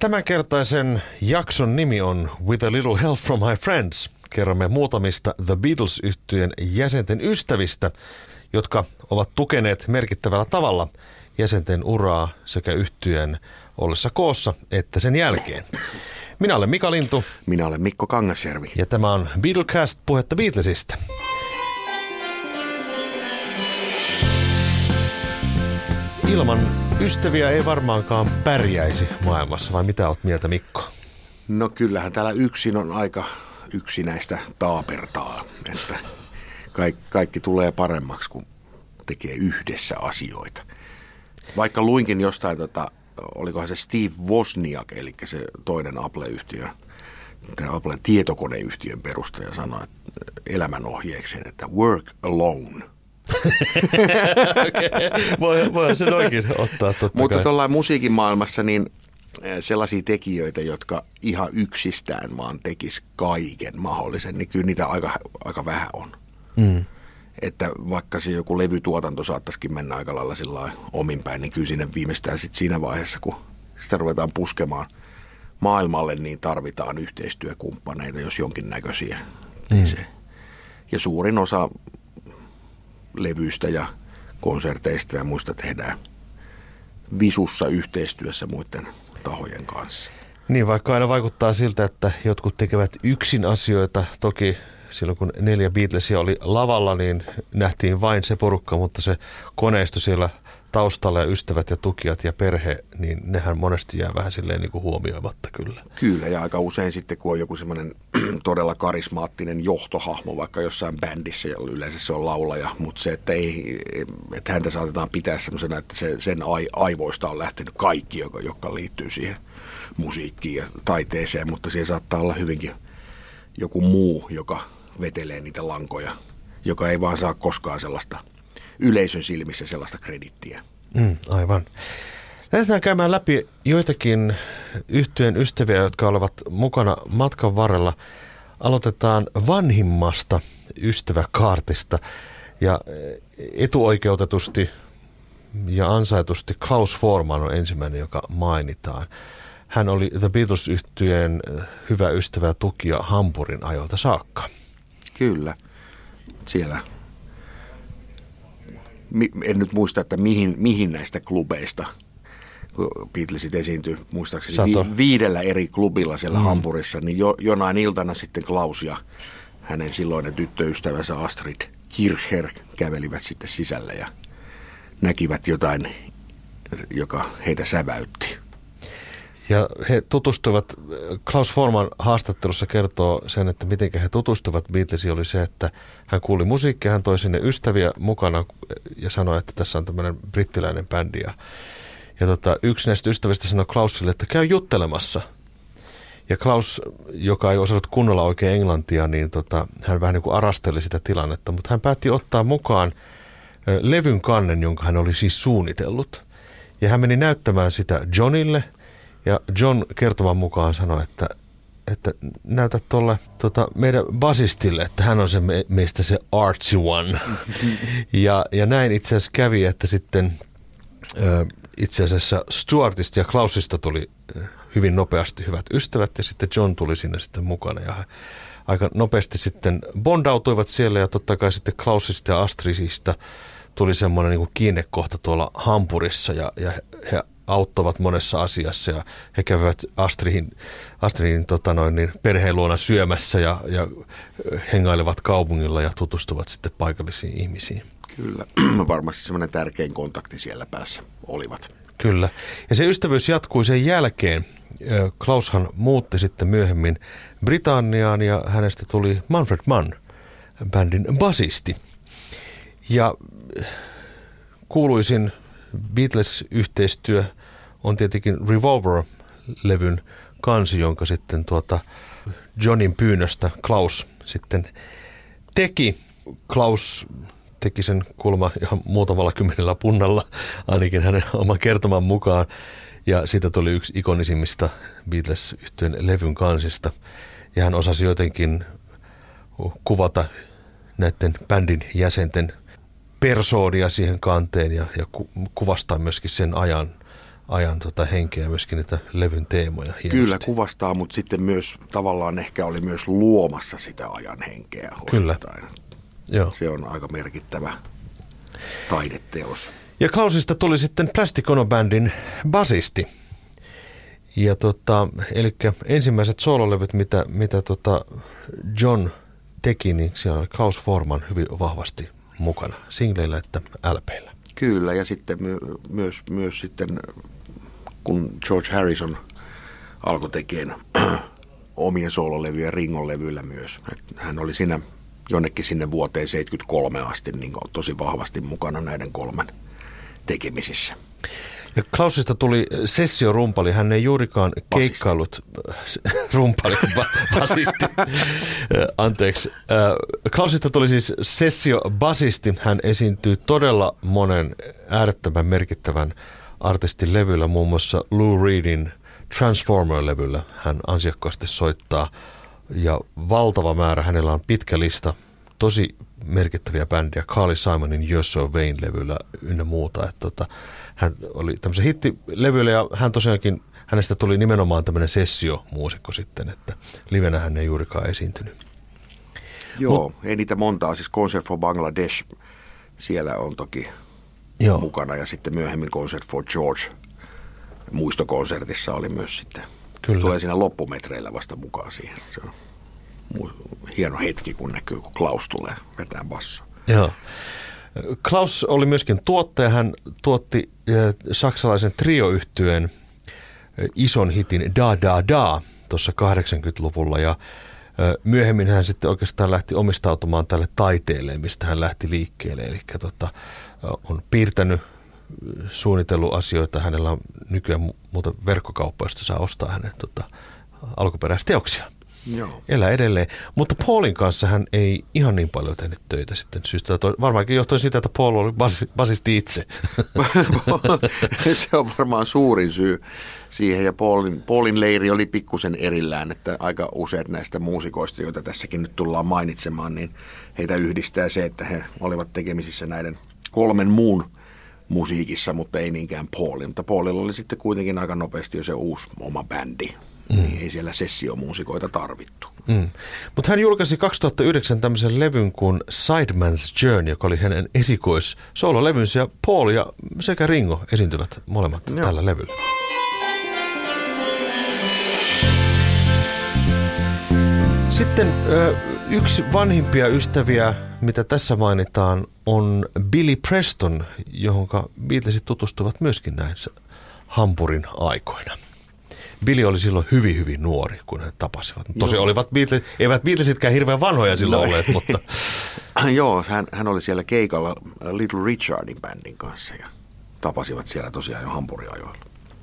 Tämänkertaisen jakson nimi on With a Little Help from My Friends. Kerromme muutamista The Beatles-yhtyeen jäsenten ystävistä, jotka ovat tukeneet merkittävällä tavalla jäsenten uraa sekä yhtyeen ollessa koossa että sen jälkeen. Minä olen Mika Lintu. Minä olen Mikko Kangasjärvi. Ja tämä on Beatlecast, puhetta Beatlesista. Ilman ystäviä ei varmaankaan pärjäisi maailmassa, vai mitä olet mieltä, Mikko? No kyllähän täällä yksin on aika yksinäistä taapertaa, että kaikki tulee paremmaksi, kun tekee yhdessä asioita. Vaikka luinkin jostain, olikohan se Steve Wozniak, eli se toinen Apple-yhtiö, Applen tietokoneyhtiön perustaja sanoi elämänohjeekseen, että work alone. Okay. Voihan sen oikein ottaa totta Mutta kai. tuollain musiikin maailmassa niin sellaisia tekijöitä, jotka ihan yksistään vaan tekis kaiken mahdollisen, niin kyllä niitä aika vähän on. Mm. Että vaikka se joku levytuotanto saattaisikin mennä aika lailla sillä ominpäin, niin kyllä sinne viimeistään sit siinä vaiheessa, kun sitä ruvetaan puskemaan maailmalle, niin tarvitaan yhteistyökumppaneita, jos jonkinnäköisiä. Ja suurin osa levyistä ja konserteista ja muista tehdään visussa yhteistyössä muiden tahojen kanssa. Niin, vaikka aina vaikuttaa siltä, että jotkut tekevät yksin asioita. Toki silloin kun 4 Beatlesia oli lavalla, niin nähtiin vain se porukka, mutta se koneisto siellä taustalla ja ystävät ja tukijat ja perhe, niin nehän monesti jää vähän silleen niin kuin huomioimatta kyllä. Kyllä, ja aika usein sitten, kun on joku semmoinen todella karismaattinen johtohahmo, vaikka jossain bändissä, ja yleensä se on laulaja, mutta se, että häntä saatetaan pitää semmoisena, että sen aivoista on lähtenyt kaikki, joka liittyy siihen musiikkiin ja taiteeseen, mutta siellä saattaa olla hyvinkin joku muu, joka vetelee niitä lankoja, joka ei vaan saa koskaan sellaista yleisön silmissä sellaista kredittiä. Aivan. Lähdetään käymään läpi joitakin yhtyeen ystäviä, jotka olivat mukana matkan varrella. Aloitetaan vanhimmasta ystäväkaartista ja etuoikeutetusti ja ansaitusti Klaus Voormann on ensimmäinen, joka mainitaan. Hän oli The Beatles-yhtyeen hyvä ystävä ja tukija Hampurin ajoilta saakka. Kyllä. Siellä en nyt muista, että mihin näistä klubeista, kun Beatlesit esiintyi muistaakseni 5 eri klubilla siellä Hampurissa, niin jonain iltana sitten Klaus ja hänen silloinen tyttöystävänsä Astrid Kircher kävelivät sitten sisälle ja näkivät jotain, joka heitä säväytti. Ja he tutustuivat, Klaus Voormann haastattelussa kertoo sen, että miten he tutustuvat Beatlesiin, oli se, että hän kuuli musiikkia, hän toi sinne ystäviä mukana ja sanoi, että tässä on tämmöinen brittiläinen bändi. Ja yksi näistä ystävistä sanoi Klausille, että käy juttelemassa. Ja Klaus, joka ei osannut kunnolla oikein englantia, niin hän vähän niin kuin arasteli sitä tilannetta, mutta hän päätti ottaa mukaan levyn kannen, jonka hän oli siis suunnitellut. Ja hän meni näyttämään sitä Johnille. Ja John kertoman mukaan sanoi, että näytä tuolle meidän basistille, että hän on se meistä se artsy one. Ja näin itse asiassa kävi, että sitten itse asiassa Stuartista ja Klausista tuli hyvin nopeasti hyvät ystävät ja sitten John tuli sinne sitten mukana. Ja he aika nopeasti sitten bondautuivat siellä ja totta kai sitten Klausista ja Astridista tuli semmoinen niin kuin kiinnekohta tuolla Hampurissa ja he auttavat monessa asiassa ja he kävivät Astridin perheen luona syömässä ja hengailevat kaupungilla ja tutustuvat sitten paikallisiin ihmisiin. Kyllä, varmasti semmoinen tärkein kontakti siellä päässä olivat. Kyllä, ja se ystävyys jatkui sen jälkeen. Klaushan muutti sitten myöhemmin Britanniaan ja hänestä tuli Manfred Mann, bändin basisti. Ja kuuluisin Beatles-yhteistyö on tietenkin Revolver-levyn kansi, jonka sitten Johnin pyynnöstä Klaus sitten teki. Klaus teki sen kulma ihan muutamalla 10 punnalla, ainakin hänen oman kertoman mukaan. Ja siitä tuli yksi ikonisimmista Beatles-yhtyeen levyn kansista. Ja hän osasi jotenkin kuvata näiden bändin jäsenten persoonia siihen kanteen ja kuvastaa myöskin sen ajan henkeä ja myöskin niitä levyn teemoja hienosti. Kyllä kuvastaa, mutta sitten myös tavallaan ehkä oli myös luomassa sitä ajan henkeä. Kyllä. Joo. Se on aika merkittävä taideteos. Ja Klausista tuli sitten Plastic Ono Bandin basisti. Ja eli ensimmäiset soololevyt, mitä John teki, niin siellä oli Klaus Voormann hyvin vahvasti mukana, singleillä että LPillä. Kyllä, ja sitten myös sitten, kun George Harrison alkoi tekemään omien soololevyjä Ringon levyillä myös. Hän oli siinä jonnekin sinne vuoteen 1973 asti niin tosi vahvasti mukana näiden kolmen tekemisissä. Ja Klausista tuli sessiorumpali, hän ei juurikaan keikkaillut, rumpali, basisti, anteeksi. Klausista tuli siis sessiobasisti, hän esiintyy todella monen äärettömän merkittävän artistin levyllä, muun muassa Lou Reedin Transformer-levyllä hän ansiokkaasti soittaa ja valtava määrä, hänellä on pitkä lista, tosi merkittäviä bändejä, Carly Simonin You're So Vain-levyllä ynnä muuta, että hän oli tämmöisen hittilevyllä ja hän tosiaankin, hänestä tuli nimenomaan tämmöinen sessiomuusikko sitten, että livenä hän ei juurikaan esiintynyt. Joo, ei niitä montaa, siis Concert for Bangladesh siellä on toki mukana ja sitten myöhemmin Concert for George muistokonsertissa oli myös sitten. Kyllä. Tulee siinä loppumetreillä vasta mukaan siihen. Se on hieno hetki, kun näkyy, kun Klaus tulee vetään basso. Joo. Klaus oli myöskin tuottaja. Hän tuotti saksalaisen trioyhtyeen ison hitin Da Da Da tuossa 80-luvulla ja myöhemmin hän sitten oikeastaan lähti omistautumaan tälle taiteelle, mistä hän lähti liikkeelle. Eli on piirtänyt, suunnitellut asioita. Hänellä on nykyään muuta verkkokauppa, josta saa ostaa hänen alkuperäisteoksia. Joo. Elää edelleen. Mutta Paulin kanssa hän ei ihan niin paljon tehnyt töitä sitten syystä. Varmaankin johtuen siitä, että Paul oli basisti itse. Se on varmaan suurin syy siihen. Ja Paulin leiri oli pikkusen erillään, että aika useat näistä muusikoista, joita tässäkin nyt tullaan mainitsemaan, niin heitä yhdistää se, että he olivat tekemisissä näiden kolmen muun musiikissa, mutta ei niinkään Paulin. Mutta Paulilla oli sitten kuitenkin aika nopeasti jo se uusi oma bändi. Niin ei siellä sessiomuusikoita tarvittu. Mutta hän julkaisi 2009 tämmöisen levyn kuin Sideman's Journey, joka oli hänen esikois-soololevynsä, ja Paul ja sekä Ringo esiintyvät molemmat tällä levyllä. Sitten yksi vanhimpia ystäviä, mitä tässä mainitaan, on Billy Preston, johonka Beatlesit tutustuvat myöskin näissä Hampurin aikoina. Billy oli silloin hyvin, hyvin nuori, kun he tapasivat. Tosi eivät Beatlesitkään hirveän vanhoja silloin olleet, mutta... Joo, hän oli siellä keikalla Little Richardin bändin kanssa ja tapasivat siellä tosiaan jo hampuriajoilla.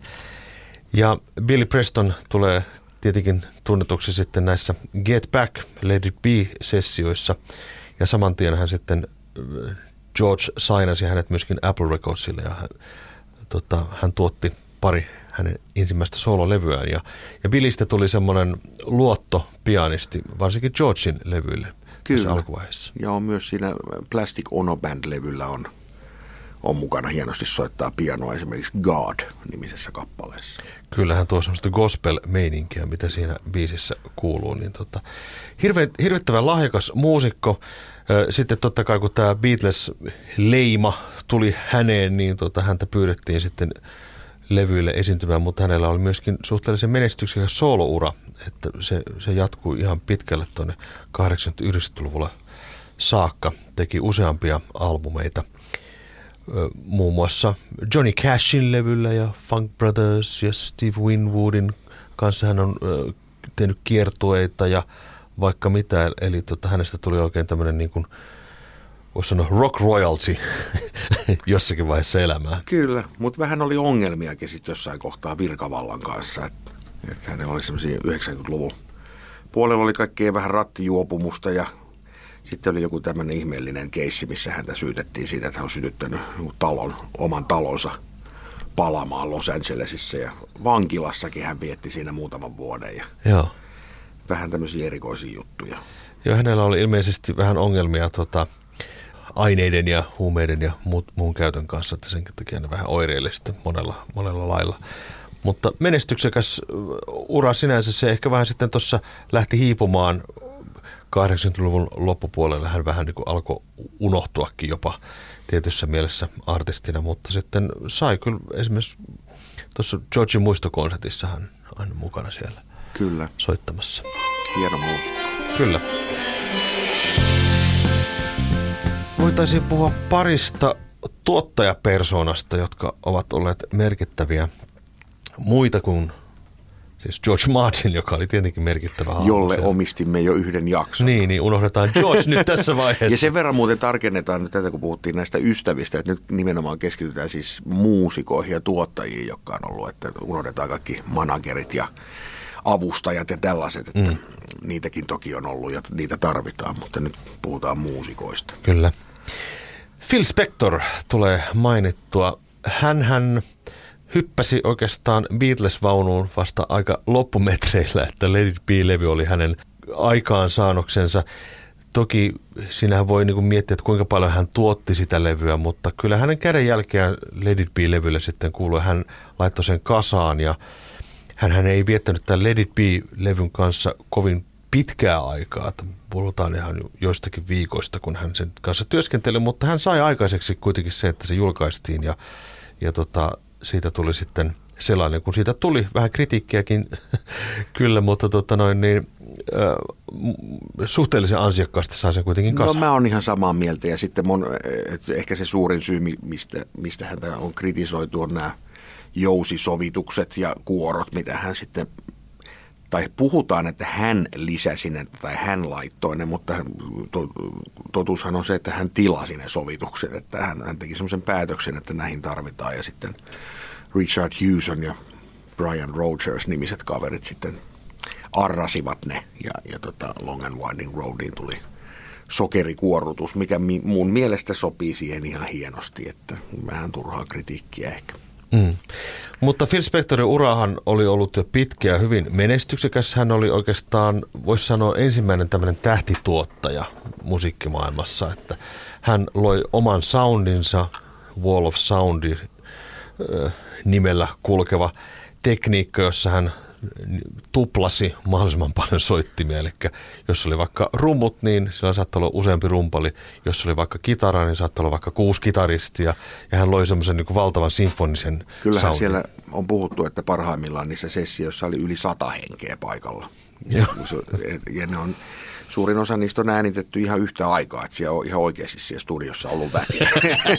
Ja Billy Preston tulee tietenkin tunnetuksi sitten näissä Get Back, Let It Be-sessioissa. Ja saman tien hän sitten, George sainasi hänet myöskin Apple Recordsille ja hän tuotti pari hänen ensimmäistä soololevyään. Ja Billystä tuli semmoinen luottopianisti, varsinkin Georgein levyille tässä alkuvaiheessa. Ja on myös siinä Plastic Ono Band-levyllä on mukana hienosti soittaa pianoa esimerkiksi God-nimisessä kappaleessa. Kyllähän tuo semmoista gospel-meininkiä, mitä siinä biisissä kuuluu. Niin hirvittävän lahjakas muusikko. Sitten totta kai kun tämä Beatles-leima tuli häneen, niin häntä pyydettiin sitten levyille esiintymään, mutta hänellä oli myöskin suhteellisen menestyksekäs sooloura, että se jatkui ihan pitkälle tuonne 80-90-luvulla saakka, teki useampia albumeita, muun muassa Johnny Cashin levyllä ja Funk Brothers ja Steve Winwoodin kanssa hän on tehnyt kiertueita ja vaikka mitä, eli hänestä tuli oikein tämmöinen niin kuin voisi sanoa rock royalty jossakin vaiheessa elämää. Kyllä, mutta vähän oli ongelmiakin sitten jossain kohtaa virkavallan kanssa. Että hänellä oli semmoisia 90-luvun puolella oli kaikkea vähän rattijuopumusta ja sitten oli joku tämmöinen ihmeellinen keissi, missä häntä syytettiin siitä, että hän on sytyttänyt oman talonsa palamaan Los Angelesissa ja vankilassakin hän vietti siinä muutaman vuoden ja Joo. Vähän tämmöisiä erikoisia juttuja. Joo, hänellä oli ilmeisesti vähän ongelmia aineiden ja huumeiden ja muun käytön kanssa, että sen takia ne vähän oireilee sitten monella lailla. Mutta menestyksekäs ura sinänsä, se ehkä vähän sitten tuossa lähti hiipumaan 80-luvun loppupuolella. Hän vähän niin kuin alkoi unohtuakin jopa tietyssä mielessä artistina, mutta sitten sai kyllä esimerkiksi tuossa Georgin muistokonsertissa hän aina mukana siellä. Kyllä. Soittamassa. Hieno muusikko. Kyllä. Voitaisiin puhua parista tuottajapersoonasta, jotka ovat olleet merkittäviä muita kuin siis George Martin, joka oli tietenkin merkittävä hahmo. Jolle omistimme jo yhden jakson. Niin unohdetaan George nyt tässä vaiheessa. Ja sen verran muuten tarkennetaan nyt tätä, kun puhuttiin näistä ystävistä, että nyt nimenomaan keskitytään siis muusikoihin ja tuottajiin, jotka on ollut, että unohdetaan kaikki managerit ja avustajat ja tällaiset, että niitäkin toki on ollut ja niitä tarvitaan, mutta nyt puhutaan muusikoista. Kyllä. Phil Spector tulee mainittua. Hän hyppäsi oikeastaan Beatles-vaunuun vasta aika loppumetreillä, että Let It Be-levy oli hänen aikaansaannoksensa. Toki siinähän voi niin kuin miettiä, että kuinka paljon hän tuotti sitä levyä, mutta kyllä hänen kädenjälkeään Let It Be-levylle sitten kuului. Hän laittoi sen kasaan ja hän ei viettänyt tämän Let It Be-levyn kanssa kovin pitkää aikaa. Puhutaan ihan joistakin viikoista, kun hän sen kanssa työskenteli, mutta hän sai aikaiseksi kuitenkin se, että se julkaistiin ja siitä tuli sitten sellainen, kun siitä tuli vähän kritiikkiäkin kyllä, mutta suhteellisen ansiokkaasti saa sen kuitenkin kasaan. No mä oon ihan samaa mieltä ja sitten ehkä se suurin syy, mistä häntä on kritisoitu, on nämä jousisovitukset ja kuorot, mitä hän sitten, tai puhutaan, että hän lisäsi ne tai hän laittoi ne, mutta totuushan on se, että hän tilasi ne sovitukset, että hän teki semmoisen päätöksen, että näihin tarvitaan ja sitten Richard Hewson ja Brian Rogers nimiset kaverit sitten arrasivat ne ja Long and Winding Roadiin tuli sokerikuorrutus, mikä mun mielestä sopii siihen ihan hienosti, että vähän turhaa kritiikkiä ehkä. Mutta Phil Spectorin urahan oli ollut jo pitkä ja hyvin menestyksekäs. Hän oli oikeastaan, voisi sanoa, ensimmäinen tämmöinen tähtituottaja musiikkimaailmassa, että hän loi oman soundinsa, Wall of Soundi nimellä kulkeva tekniikka, jossa hän tuplasi mahdollisimman paljon soittimia. Eli jos oli vaikka rummut, niin sillä saattoi olla useampi rumpali. Jos oli vaikka kitara, niin saattoi olla vaikka 6 kitaristia. Ja hän loi semmoisen niin kuin valtavan sinfonisen Kyllähän soundin. Siellä on puhuttu, että parhaimmillaan niissä sessioissa oli yli 100 henkeä paikalla. Ja ne on, suurin osa niistä on äänitetty ihan yhtä aikaa, että siellä on ihan oikeasti siellä studiossa ollut väkeä.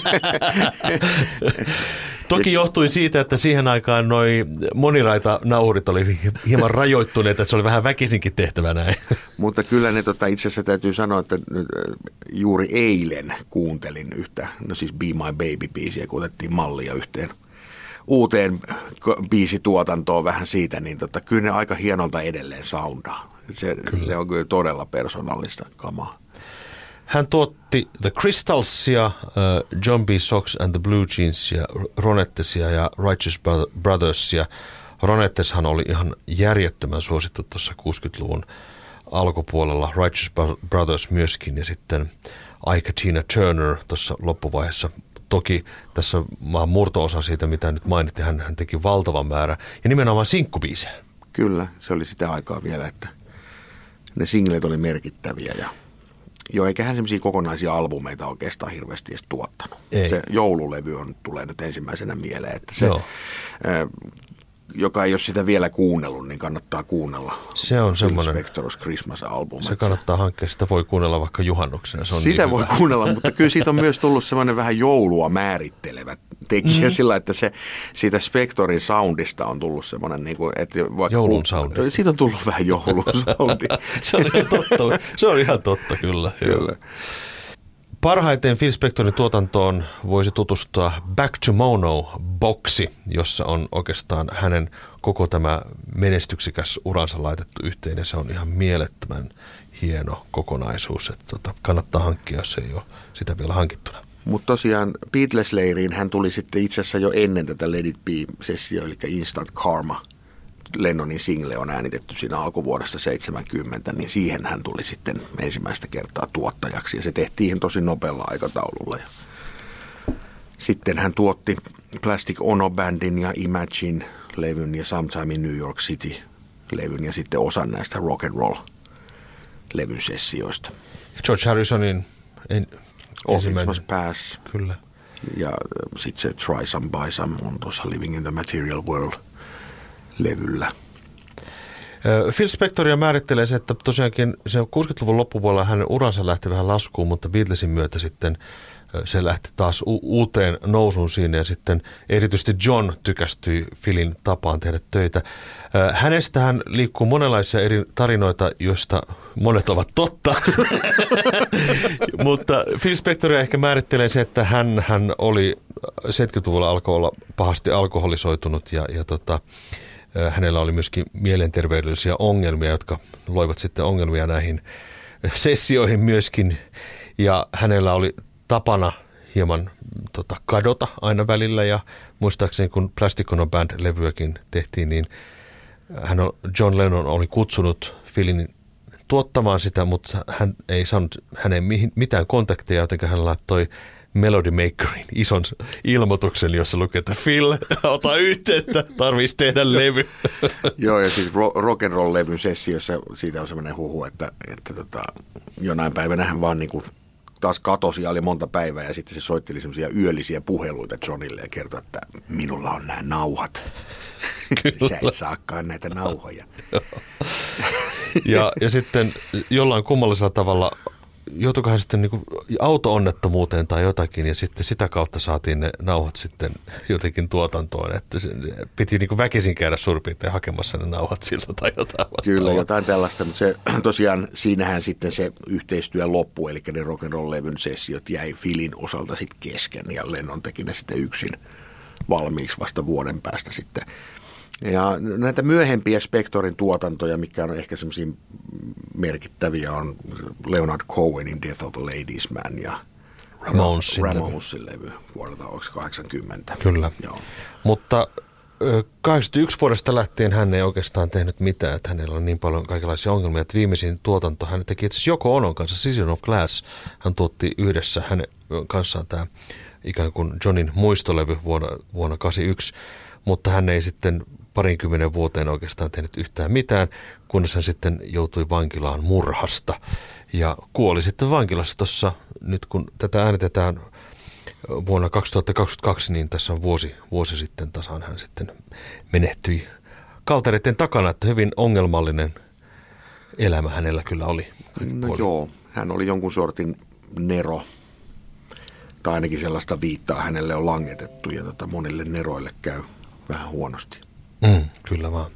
Toki johtui siitä, että siihen aikaan noi moniraita nauhurit oli hieman rajoittuneet, että se oli vähän väkisinkin tehtävä näin. Mutta kyllä ne itse asiassa täytyy sanoa, että juuri eilen kuuntelin yhtä, no siis Be My Baby-biisiä, kun otettiin mallia yhteen uuteen biisituotantoon vähän siitä, niin kyllä ne aika hienolta edelleen soundaa. Se on kyllä todella persoonallista kamaa. Hän tuotti The Crystalsia, John B. Sox and the Blue Jeansia, Ronettesia ja Righteous Brothersia. Ronetteshan oli ihan järjettömän suosittu tuossa 60-luvun alkupuolella, Righteous Brothers myöskin ja sitten Ike Tina Turner tuossa loppuvaiheessa. Toki tässä on murto-osa siitä, mitä nyt mainittiin, hän teki valtavan määrän ja nimenomaan sinkkubiisejä. Kyllä, se oli sitä aikaa vielä, että ne singlet oli merkittäviä ja eikä hän semmoisia kokonaisia albumeita oikeastaan hirveästi edes tuottanut. Ei. Se joululevy tulee nyt ensimmäisenä mieleen, että se, joka ei ole sitä vielä kuunnellut, niin kannattaa kuunnella. Se on semmoinen. Spector's Christmas-album. Se kannattaa hankkia, sitä voi kuunnella vaikka juhannuksena. Se on sitä niin voi kuunnella, mutta kyllä siitä on myös tullut semmoinen vähän joulua määrittelevä tekijä sillä, että siitä Spectorin soundista on tullut semmoinen, niin kuin, että vaikka joulun soundi. Siitä on tullut vähän joulun soundi. Se on ihan totta, kyllä. Kyllä. Parhaiten Phil Spectorin tuotantoon voisi tutustua Back to Mono-boksi, jossa on oikeastaan hänen koko tämä menestyksikäs uransa laitettu yhteen, ja se on ihan mielettömän hieno kokonaisuus, että kannattaa hankkia, jos ei ole sitä vielä hankittuna. Mutta tosiaan Beatles-leiriin hän tuli sitten itse asiassa jo ennen tätä Let It Be-sessioa, eli Instant Karma Lennonin single on äänitetty siinä alkuvuodesta 70, niin siihen hän tuli sitten ensimmäistä kertaa tuottajaksi. Ja se tehtiin tosi nopealla aikataululla. Ja sitten hän tuotti Plastic Ono Bandin ja Imagine-levyn ja Sometime in New York City-levyn ja sitten osan näistä rock and roll-levyn sessioista. George Harrisonin Office Must Pass. Kyllä. Ja sitten se Try Some Buy Some on tuossa Living in the Material World-levyllä. Phil Spectoria määrittelee se, että tosiaankin se 60-luvun loppupuolella hänen uransa lähti vähän laskuun, mutta Beatlesin myötä sitten se lähti taas uuteen nousuun siinä ja sitten erityisesti John tykästyi Philin tapaan tehdä töitä. Hänestähän liikkuu monenlaisia eri tarinoita, joista monet ovat totta, mutta Phil Spectoria ehkä määrittelee se, että hän oli 70-luvulla alkoi olla pahasti alkoholisoitunut ja hänellä oli myöskin mielenterveydellisiä ongelmia, jotka loivat sitten ongelmia näihin sessioihin myöskin ja hänellä oli tapana hieman kadota aina välillä ja muistaakseni kun Plastic Ono Band-levyäkin tehtiin, niin John Lennon oli kutsunut Philin tuottamaan sitä, mutta hän ei saanut häneen mitään kontakteja, joten hän laittoi Melody Makerin ison ilmoituksen, jossa lukee, että Phil, ota yhteyttä, tarvitsisi tehdä levy. Joo, ja siis rock and roll -levyn sessiossa siitä on semmoinen huhu, että jonain päivänä hän vaan niin kuin taas katosi ja oli monta päivää ja sitten se soitteli semmoisia yöllisiä puheluita Johnille ja kertoi, että minulla on nämä nauhat. Sä et saakaan näitä nauhoja. ja sitten jollain kummallisella tavalla joutuiko hän sitten niin kuin auto-onnettomuuteen tai jotakin ja sitten sitä kautta saatiin ne nauhat sitten jotenkin tuotantoon, että se piti niin kuin väkisin käydä suurin piirtein hakemassa ne nauhat siltä tai jotain vastaavaa. Kyllä, jotain tällaista, mutta se, tosiaan siinähän sitten se yhteistyö loppui, eli ne rock and roll -levyn sessiot jäi Philin osalta sitten kesken ja Lennon teki ne sitten yksin valmiiksi vasta vuoden päästä sitten. Ja näitä myöhempiä Spectorin tuotantoja, mikä on ehkä semmoisia merkittäviä, on Leonard Cohenin Death of a Ladies Man ja Ramonesin levy vuodelta 80. Kyllä, joo. Mutta 81 vuodesta lähtien hän ei oikeastaan tehnyt mitään, että hänellä on niin paljon kaikenlaisia ongelmia, että viimeisin tuotanto hän teki itse asiassa Yoko Onon kanssa, Season of Glass, hän tuotti yhdessä hänen kanssaan tämä ikään kuin Johnin muistolevy vuonna 1981, mutta hän ei sitten 20 vuoteen oikeastaan tehnyt yhtään mitään, kunnes hän sitten joutui vankilaan murhasta ja kuoli sitten vankilassa tuossa, nyt kun tätä äänitetään vuonna 2022, niin tässä on vuosi sitten tasan hän sitten menehtyi kaltereiden takana, että hyvin ongelmallinen elämä hänellä kyllä oli. No joo, hän oli jonkun sortin nero, tai ainakin sellaista viittaa hänelle on langetettu ja monille neroille käy vähän huonosti. Kyllä vaan.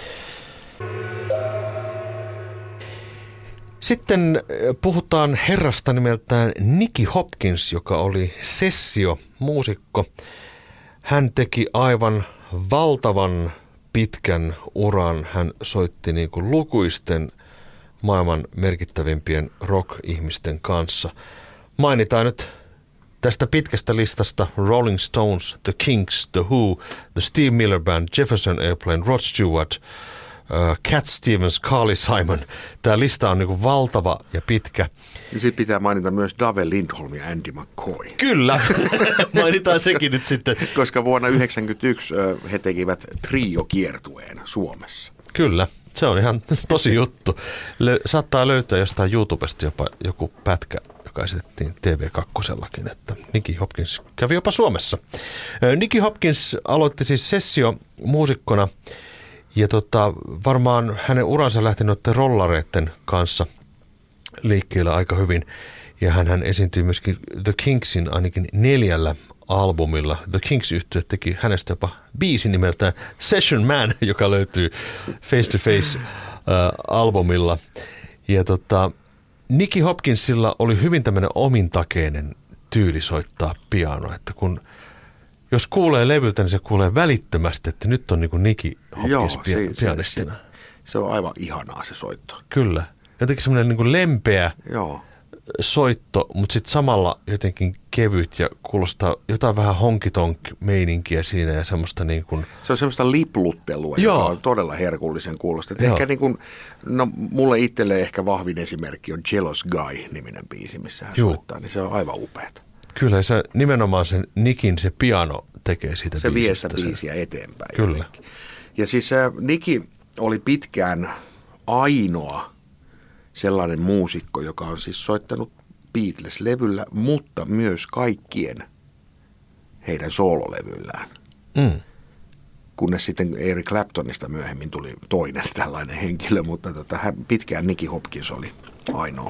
Sitten puhutaan herrasta nimeltään Nicky Hopkins, joka oli sessiomuusikko. Hän teki aivan valtavan pitkän uran. Hän soitti niin kuin lukuisten maailman merkittävimpien rock-ihmisten kanssa. Mainitaan nyt tästä pitkästä listasta Rolling Stones, The Kinks, The Who, The Steve Miller Band, Jefferson Airplane, Rod Stewart, Cat Stevens, Carly Simon. Tämä lista on niin kuin valtava ja pitkä. Ja sitten pitää mainita myös Dave Lindholm ja Andy McCoy. Kyllä, mainitaan sekin nyt sitten. Koska vuonna 1991 he tekivät trio-kiertueen Suomessa. Kyllä, se on ihan tosi juttu. Saattaa löytää jostain YouTubesta jopa joku pätkä, joka esitettiin TV2:llakin, että Nicky Hopkins kävi jopa Suomessa. Nicky Hopkins aloitti siis sessiomuusikkona ja varmaan hänen uransa lähti noiden rollareiden kanssa liikkeellä aika hyvin. Ja hän esiintyi myöskin The Kinksin ainakin 4 albumilla. The Kinks-yhtye teki hänestä jopa biisi nimeltään Session Man, joka löytyy Face to Face albumilla. Ja Nicky Hopkinsilla oli hyvin tämmöinen omintakeinen tyyli soittaa pianoa, että jos kuulee levyltä, niin se kuulee välittömästi, että nyt on niin kuin Nicky Hopkins pianistina. Se on aivan ihanaa se soitto. Kyllä. Jotenkin semmoinen niin kuin lempeä, joo, soitto, mutta sitten samalla jotenkin kevyt ja kuulostaa jotain vähän honkitonk-meininkiä siinä ja semmoista niin kuin... Se on semmoista lipluttelua, joka on todella herkullisen kuulosta. Ehkä niin kuin, no mulle itselleen ehkä vahvin esimerkki on Jealous Guy-niminen biisi, missä hän soittaa, niin se on aivan upeata. Kyllä, se nimenomaan sen Nickin se piano tekee siitä se biisistä. Se vie sitä biisiä eteenpäin. Kyllä. Jotenkin. Ja siis Nicki oli pitkään ainoa sellainen muusikko, joka on siis soittanut Beatles-levyllä, mutta myös kaikkien heidän soololevyillään. Kunnes sitten Eric Claptonista myöhemmin tuli toinen tällainen henkilö, mutta pitkään Nicky Hopkins oli ainoa.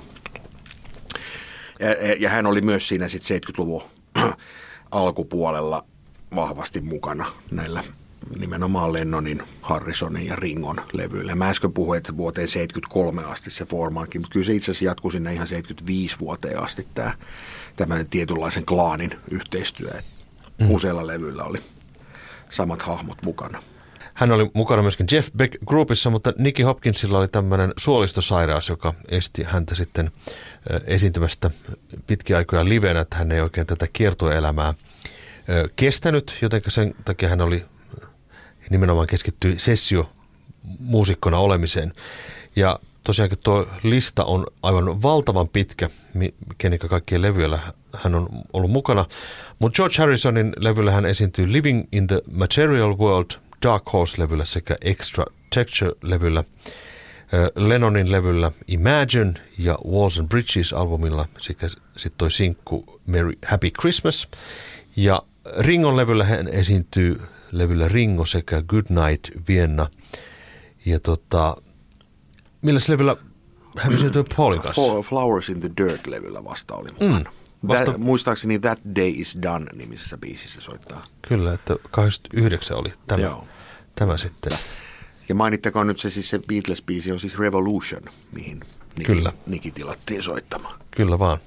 Ja hän oli myös siinä sitten 70-luvun alkupuolella vahvasti mukana näillä nimenomaan Lennonin, Harrisonin ja Ringon levyillä. Mä äsken puhuin, että vuoteen 73 asti se formaankin, mutta kyllä se itse asiassa jatkui sinne ihan 75 vuoteen asti tämmöinen tietynlaisen klaanin yhteistyö. Useilla levyillä oli samat hahmot mukana. Hän oli mukana myöskin Jeff Beck Groupissa, mutta Nicky Hopkinsilla oli tämmöinen suolistosairaus, joka esti häntä sitten esiintymästä pitkiä aikoja livenä, että hän ei oikein tätä kiertueelämää kestänyt, jotenka sen takia hän oli nimenomaan keskittyi sessiomuusikkona olemiseen. Ja tosiaankin tuo lista on aivan valtavan pitkä, kenikä kaikkien levyillä hän on ollut mukana. Mutta George Harrisonin levyllä hän esiintyy Living in the Material World, Dark Horse-levyllä sekä Extra Texture-levyllä. Lennonin levyllä Imagine ja Walls and Bridges-albumilla sekä sitten toi sinkku Merry Happy Christmas. Ja Ringon levyllä hän esiintyy levyllä Ringo sekä Good Night Vienna. Ja milläs levyllä hän esiintyy Paulin kanssa? Flowers in the Dirt-levyllä vasta oli mukana. Muistaakseni That Day is Done -nimisessä biisissä soittaa. Kyllä, että 89 oli tämä sitten. Ja mainittakoon nyt se Beatles-biisi on siis Revolution, mihin Nicky tilattiin soittamaan. Kyllä vaan.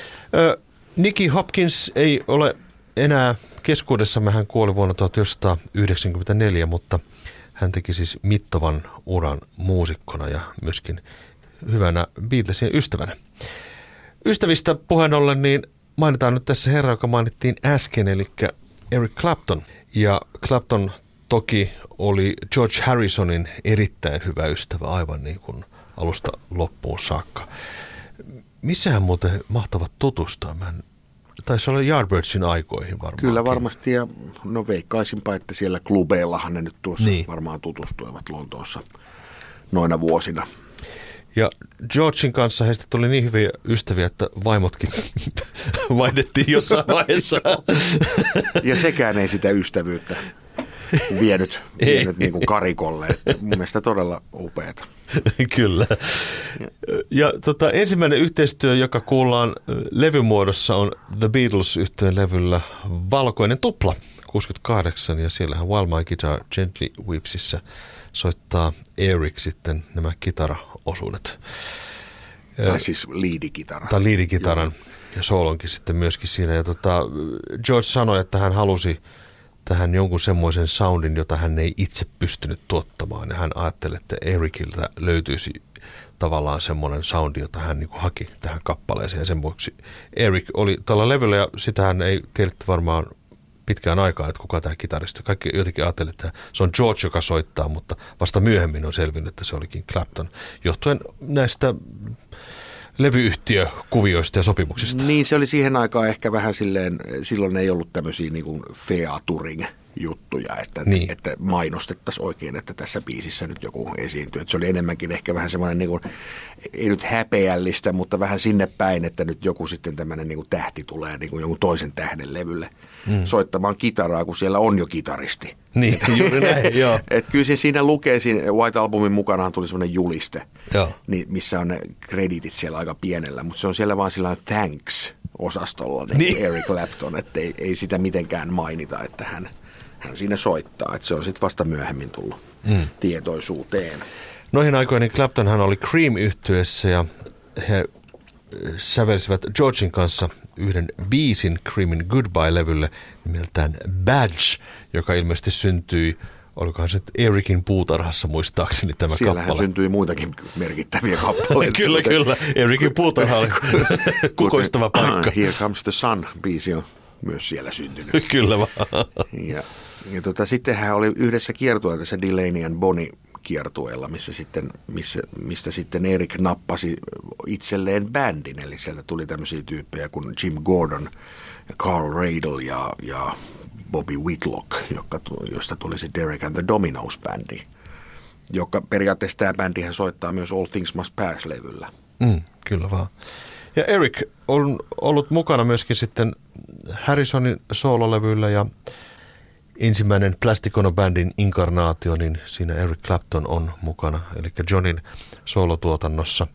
Nicky Hopkins ei ole enää keskuudessamme, hän kuoli vuonna 1994, mutta hän teki siis mittavan uran muusikkona ja myöskin hyvänä Beatlesien ystävänä. Ystävistä puheen ollen, niin mainitaan nyt tässä herra, joka mainittiin äsken, eli Eric Clapton. Ja Clapton toki oli George Harrisonin erittäin hyvä ystävä aivan niin kuin alusta loppuun saakka. Missä hän muuten mahtavat tutustua? Taisi olla Yardbirdsin aikoihin varmaan. Kyllä varmasti, ja no veikkaisinpa, että siellä klubeillahan ne nyt tuossa varmaan tutustuivat Lontoossa noina vuosina. Ja Georgein kanssa heistä tuli niin hyviä ystäviä, että vaimotkin vaihdettiin jossain vaiheessa. Ja sekään ei sitä ystävyyttä vienyt niin kuin karikolle. Että mun mielestä todella upeata. Kyllä. Ja ensimmäinen yhteistyö, joka kuullaan levymuodossa, on The Beatles-yhtyeen levyllä Valkoinen tupla 68, ja siellähän While My Guitar Gently Weepsissä soittaa Eric sitten nämä kitaraosuudet. Tai siis liidikitaran. Tai liidikitaran ja soolonkin sitten myöskin siinä. Ja George sanoi, että hän halusi tähän jonkun semmoisen soundin, jota hän ei itse pystynyt tuottamaan. Ja hän ajatteli, että Ericiltä löytyisi tavallaan semmoinen soundi, jota hän niin kuin haki tähän kappaleeseen. Ja sen vuoksi Eric oli tällä levyllä, ja sitä hän ei tiedetty varmaan pitkään aikaan, että kuka tämä kitaristi. Kaikki jotenkin ajattelivat, että se on George, joka soittaa, mutta vasta myöhemmin on selvinnyt, että se olikin Clapton, johtuen näistä levyyhtiökuvioista ja sopimuksista. Niin, se oli siihen aikaan ehkä vähän silloin ei ollut tämmöisiä niin kuin featuring-juttuja, että mainostettaisiin oikein, että tässä biisissä nyt joku esiintyy. Että se oli enemmänkin ehkä vähän semmoinen, niin kuin, ei nyt häpeällistä, mutta vähän sinne päin, että nyt joku sitten tämmöinen niin kuin tähti tulee niin kuin jonkun toisen tähden levylle soittamaan kitaraa, kun siellä on jo kitaristi. Niin, juuri näin, joo. Että kyllä se siinä lukee, siinä White Albumin mukanaan tuli semmoinen juliste, missä on ne krediitit siellä aika pienellä, mutta se on siellä vaan sillä thanks-osastolla niin Eric Clapton, että ei sitä mitenkään mainita, että hän siinä soittaa, että se on sitten vasta myöhemmin tullut tietoisuuteen. Noihin aikoihin Claptonhan oli Cream-yhtyeessä ja he sävelsivät Georgein kanssa yhden biisin Creamin Goodbye-levylle nimeltään Badge, joka ilmeisesti syntyi olikohan se Ericin puutarhassa muistaakseni tämä Siellähän kappale. syntyi muitakin merkittäviä kappaleita. Kyllä. Ericin puutarha oli kukoistava paikka. Here Comes the Sun -biisi on myös siellä syntynyt. Kyllä vaan. Ja sitten hän oli yhdessä kiertueella tässä Delaney and Bonnie kiertueella, mistä sitten Eric nappasi itselleen bändin. Eli sieltä tuli tämmöisiä tyyppejä kuin Jim Gordon, Carl Radle ja Bobby Whitlock, josta tuli se Derek and the Dominos-bändi, joka periaatteessa tämä bändihän soittaa myös All Things Must Pass-levyllä. Kyllä vaan. Ja Eric on ollut mukana myöskin sitten Harrisonin soololevyllä ja ensimmäinen Plastic Ono Bandin inkarnaatio, niin siinä Eric Clapton on mukana, eli Johnin soolotuotannossa.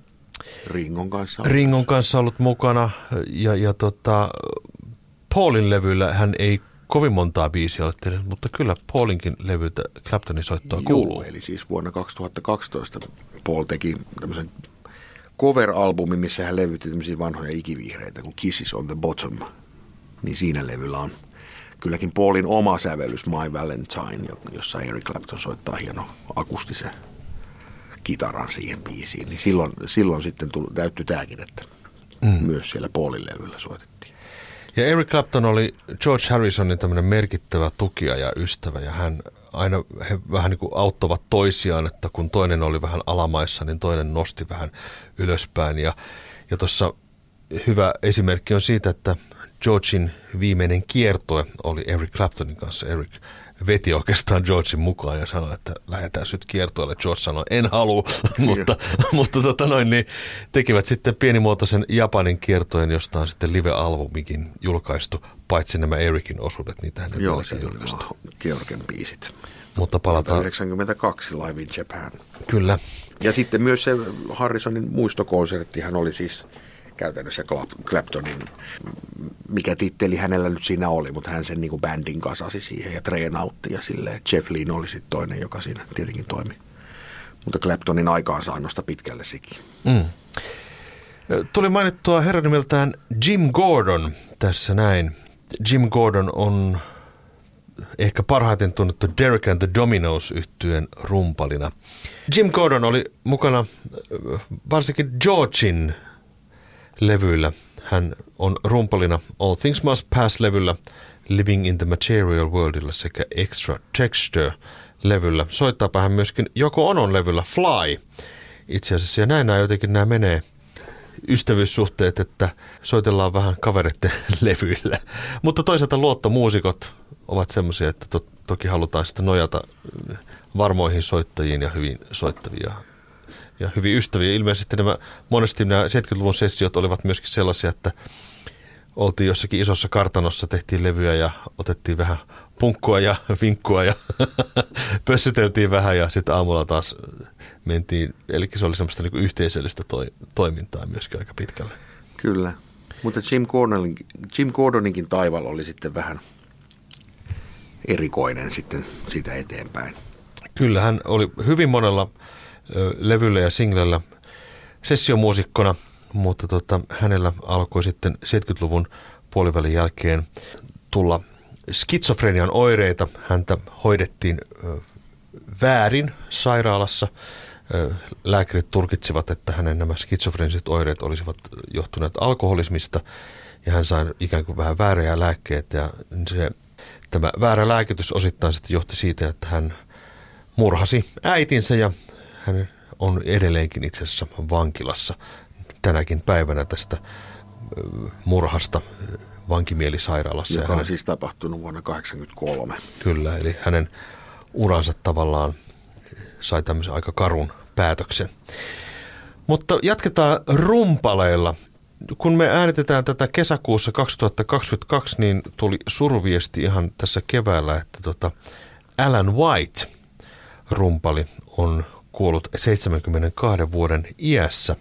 Ringon kanssa ollut mukana ja Paulin levyllä hän ei kovin montaa biisiä ole tehnyt, mutta kyllä Paulinkin levyitä Claptonin soittoa kuuluu. Eli siis vuonna 2012 Paul teki tämmöisen cover-albumin, missä hän levytti tämmöisiä vanhoja ikivihreitä kuin Kisses on the Bottom. Niin siinä levyllä on kylläkin Paulin oma sävellys My Valentine, jossa Eric Clapton soittaa hieno akustisen kitaran siihen biisiin. Niin silloin sitten täyttyi tämäkin, että myös siellä Paulin levyllä soitettiin. Ja Eric Clapton oli George Harrisonin tämmöinen merkittävä tukija ja ystävä, ja he vähän niin kuin auttavat toisiaan, että kun toinen oli vähän alamaissa, niin toinen nosti vähän ylöspäin. Ja tuossa hyvä esimerkki on siitä, että Georgein viimeinen kiertue oli Eric Claptonin kanssa. Eric veti oikeastaan Georgein mukaan ja sanoi, että lähdetään nyt kiertueelle. George sanoi, en halua, mutta niin tekivät sitten pienimuotoisen Japanin kiertueen, josta on sitten live-albumikin julkaistu, paitsi nämä Ericin osuudet, niitähän ei ole julkaistu. Georgen biisit. Mutta palataan. 92 Live in Japan. Kyllä. Ja sitten myös se Harrisonin muistokonserttihan oli siis käytännössä Claptonin, mikä titteli hänellä nyt siinä oli, mutta hän sen niin kuin bändin kasasi siihen ja treenautti ja silleen. Jeff Lynne oli sitten toinen, joka siinä tietenkin toimi. Mutta Claptonin aikaansaannosta pitkälle sekin. Tuli mainittua herran nimeltään Jim Gordon tässä näin. Jim Gordon on ehkä parhaiten tunnettu Derek and the Dominos -yhtyeen rumpalina. Jim Gordon oli mukana varsinkin Georgein levyillä. Hän on rumpalina All Things Must Pass-levyllä, Living in the Material Worldilla sekä Extra Texture-levyllä. Soittaapa hän myöskin Yoko Onon levyllä Fly itse asiassa. Ja näin jotenkin nämä menee ystävyyssuhteet, että soitellaan vähän kavereiden levyillä. Mutta toisaalta luottomuusikot ovat semmoisia, että toki halutaan sitten nojata varmoihin soittajiin ja hyvin soittavia ja hyvin ystäviä. Ilmeisesti monesti nämä 70-luvun sessiot olivat myöskin sellaisia, että oltiin jossakin isossa kartanossa, tehtiin levyjä ja otettiin vähän punkkua ja vinkkua ja pössyteltiin vähän ja sitten aamulla taas mentiin. Eli se oli semmoista niinku yhteisöllistä toimintaa myöskin aika pitkälle. Kyllä, mutta Jim Gordoninkin taival oli sitten vähän erikoinen sitten siitä eteenpäin. Kyllä, hän oli hyvin monella levyllä ja singlellä sessiomuusikkona, mutta hänellä alkoi sitten 70-luvun puolivälin jälkeen tulla skitsofrenian oireita. Häntä hoidettiin väärin sairaalassa. Lääkärit tulkitsivat, että hänen nämä skitsofreniset oireet olisivat johtuneet alkoholismista ja hän sai ikään kuin vähän vääriä lääkkeitä ja tämä väärä lääkitys osittain sitten johti siitä, että hän murhasi äitinsä ja hän on edelleenkin itse asiassa vankilassa tänäkin päivänä tästä murhasta vankimielisairaalassa. Joka on siis tapahtunut vuonna 1983. Kyllä, eli hänen uransa tavallaan sai tämmöisen aika karun päätöksen. Mutta jatketaan rumpaleilla. Kun me äänitetään tätä kesäkuussa 2022, niin tuli suruviesti ihan tässä keväällä, että Alan White, rumpali, on kuollut 72 vuoden iässä.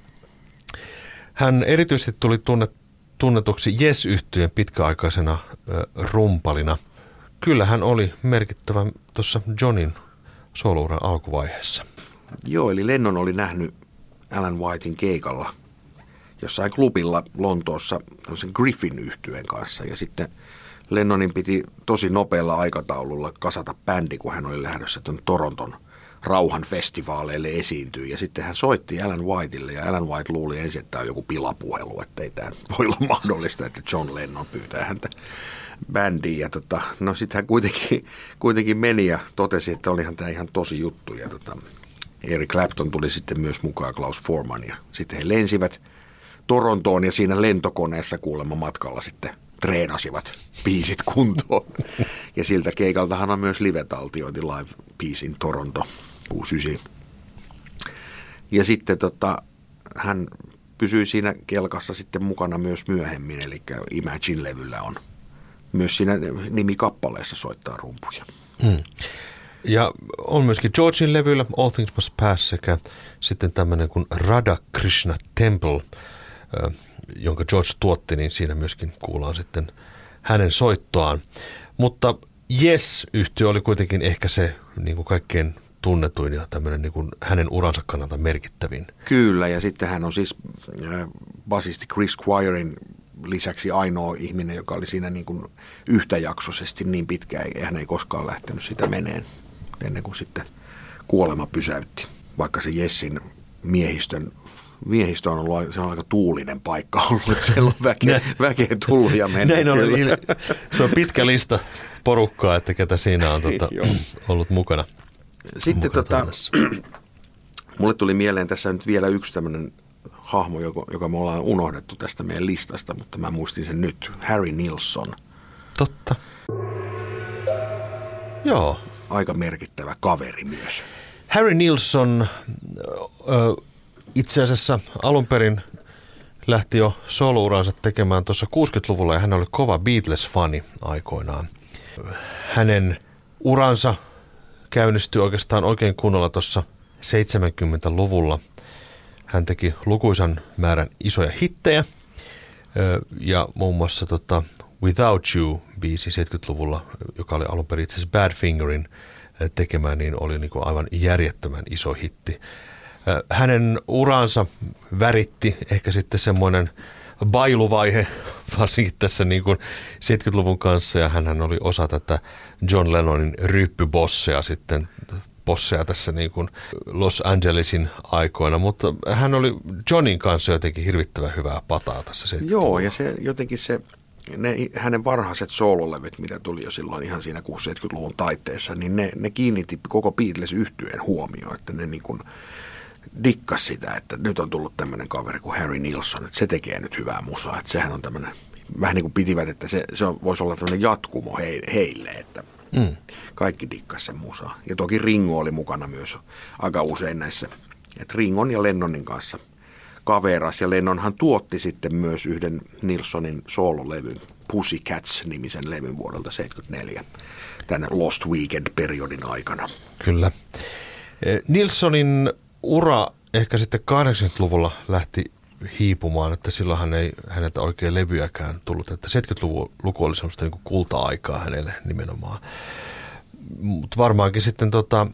Hän erityisesti tuli tunnetuksi Yes-yhtyeen pitkäaikaisena rumpalina. Kyllä hän oli merkittävä tuossa Johnin soolouran alkuvaiheessa. Joo, eli Lennon oli nähnyt Alan Whitein keikalla jossain klubilla Lontoossa Griffin-yhtyeen kanssa. Ja sitten Lennonin piti tosi nopealla aikataululla kasata bändi, kun hän oli lähdössä tuon Toronton rauhanfestivaaleille esiintyä. Ja sitten hän soitti Alan Whitelle, ja Alan White luuli ensin, että tämä on joku pilapuhelu, että ei tämä voi olla mahdollista, että John Lennon pyytää häntä bändiin. Ja no sitten hän kuitenkin meni ja totesi, että olihan tämä ihan tosi juttu. Ja Eric Clapton tuli sitten myös mukaan, Klaus Voormann, ja sitten he lensivät Torontoon ja siinä lentokoneessa kuulemma matkalla sitten treenasivat biisit kuntoon. Ja siltä keikaltahan on myös live-taltiointi Live Peace in Toronto 69. Ja sitten hän pysyi siinä kelkassa sitten mukana myös myöhemmin, eli Imagine-levyllä on myös siinä nimikappaleessa soittaa rumpuja. Ja on myöskin Georgin levyllä All Things Must Pass sekä sitten tämmöinen kuin Radha Krishna Temple, jonka George tuotti, niin siinä myöskin kuullaan sitten hänen soittoaan. Mutta Yes-yhtye oli kuitenkin ehkä se niin kuin kaikkein tunnetuin ja tämmöinen niin kuin hänen uransa kannalta merkittävin. Kyllä, ja sitten hän on siis basisti Chris Squiren lisäksi ainoa ihminen, joka oli siinä niin kuin yhtäjaksoisesti niin pitkään, ja hän ei koskaan lähtenyt sitä meneen ennen kuin sitten kuolema pysäytti. Vaikka se Yesin miehistö on ollut, se on aika tuulinen paikka ollut, siellä on väkeä tullut ja mennyt. Näin se on pitkä lista porukkaa, että ketä siinä on ollut mukana. Sitten mulle tuli mieleen tässä nyt vielä yksi tämmöinen hahmo, joka me ollaan unohdettu tästä meidän listasta, mutta mä muistin sen nyt. Harry Nilsson. Totta. Joo. Aika merkittävä kaveri myös. Harry Nilsson itse asiassa alun perin lähti jo solo-uransa tekemään tuossa 60-luvulla ja hän oli kova Beatles-fani aikoinaan. Hänen uransa käynnistyi oikeastaan oikein kunnolla tuossa 70-luvulla. Hän teki lukuisan määrän isoja hittejä ja muun muassa Without You-biisi 70-luvulla, joka oli alun perin itse asiassa Badfingerin tekemään, niin oli niin kuin aivan järjettömän iso hitti. Hänen uransa väritti ehkä sitten semmoinen bailuvaihe, varsinkin tässä niin kuin 70-luvun kanssa, ja hän oli osa tätä John Lennonin ryppybosseja sitten, bosseja tässä niin kuin Los Angelesin aikoina, mutta hän oli Johnin kanssa jotenkin hirvittävän hyvää pataa tässä 70-luvulla. Joo, ja se jotenkin hänen varhaiset soololevyt, mitä tuli jo silloin ihan siinä 60-70-luvun taitteessa, niin ne kiinnitti koko Beatles-yhtyeen huomioon, että ne niin kuin dikkas sitä, että nyt on tullut tämmöinen kaveri kuin Harry Nilsson, että se tekee nyt hyvää musaa, että sehän on tämmöinen, vähän niin kuin pitivät, että se voisi olla tämmöinen jatkumo heille, että kaikki dikkas sen musaa. Ja toki Ringo oli mukana myös aika usein näissä, että Ringon ja Lennonin kanssa kaveras, ja Lennonhan tuotti sitten myös yhden Nilssonin soololevyn, Pussycats-nimisen levyn vuodelta 1974, tämän Lost Weekend-periodin aikana. Kyllä. Nilssonin ura ehkä sitten 80-luvulla lähti hiipumaan, että silloinhan ei häneltä oikein levyäkään tullut, että 70-luvun luku oli semmoista niin kuin kulta-aikaa hänelle nimenomaan. Mutta varmaankin sitten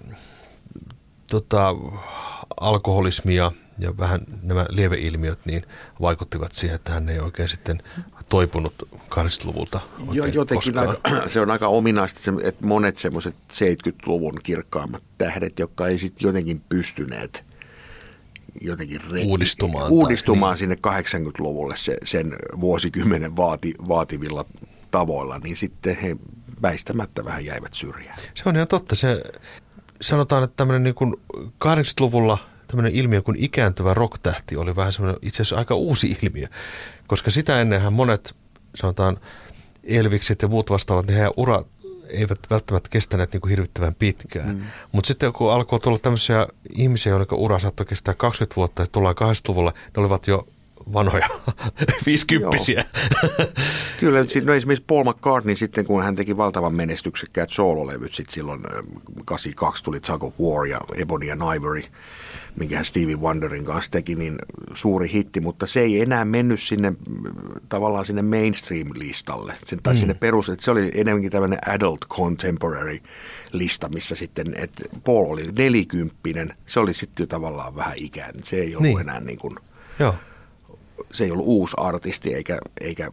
alkoholismia ja vähän nämä lieveilmiöt niin vaikuttivat siihen, että hän ei oikein sitten toipunut 80-luvulta jotenkin se on aika ominaista, että monet semmoiset 70-luvun kirkkaammat tähdet, jotka ei sitten jotenkin pystyneet jotenkin uudistumaan sinne 80-luvulle sen vuosikymmenen vaativilla tavoilla, niin sitten he väistämättä vähän jäivät syrjään. Se on ihan totta. Sanotaan, että tämmöinen niin kuin 80-luvulla tämmöinen ilmiö kuin ikääntyvä rocktähti oli vähän semmoinen itse asiassa aika uusi ilmiö, koska sitä ennenhän monet, sanotaan Elvikset ja muut vastaavat, niin heidän urat eivät välttämättä kestäneet niin kuin hirvittävän pitkään. Mutta sitten kun alkoi tulla tämmöisiä ihmisiä, joiden ura saattoi kestää 20 vuotta ja tullaan 80-luvulla, ne olivat jo vanhoja, 50-vuotiaita. Kyllä, no esimerkiksi Paul McCartney sitten, kun hän teki valtavan menestyksekkäät soololevyt, sitten silloin 82 tuli Tug of War ja Ebony and Ivory, minkä hän Stevie Wonderin kanssa teki, niin suuri hitti, mutta se ei enää mennyt sinne tavallaan sinne mainstream-listalle, tai sinne perus, että se oli enemmänkin tämmöinen adult contemporary-lista, missä sitten, että Paul oli 40, se oli sitten jo tavallaan vähän ikäinen, se ei ollut enää niin kuin, se ei ollut uusi artisti eikä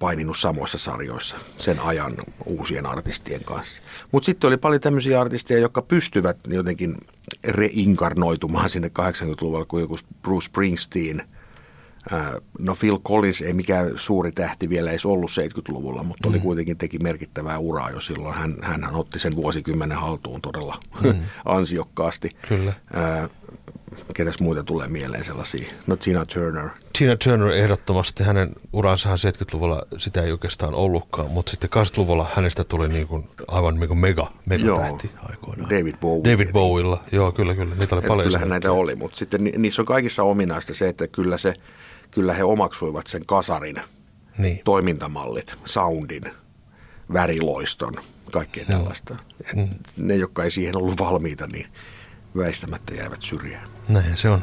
paininut samoissa sarjoissa sen ajan uusien artistien kanssa. Mutta sitten oli paljon tämmöisiä artisteja, jotka pystyvät jotenkin reinkarnoitumaan sinne 80-luvulla, kuin joku Bruce Springsteen. No Phil Collins ei mikään suuri tähti vielä edes ollut 70-luvulla, mutta oli kuitenkin teki merkittävää uraa jo silloin. Hän otti sen vuosikymmenen haltuun todella ansiokkaasti. Kyllä. Ketäs muita tulee mieleen sellaisia? No Tina Turner. Tina Turner ehdottomasti, hänen uransahan 70-luvulla sitä ei oikeastaan ollutkaan, mutta sitten 80-luvulla hänestä tuli niin kuin, aivan niin kuin megatähti aikoinaan. David Bowiella, joo kyllä, niitä oli paljon. Kyllähän näitä oli, mutta sitten niissä on kaikissa ominaista se, että kyllä he omaksuivat sen kasarin toimintamallit, soundin, väriloiston, kaikkea tällaista. Ne, jotka ei siihen ollut valmiita, niin väistämättä jäivät syrjään. Näin se on.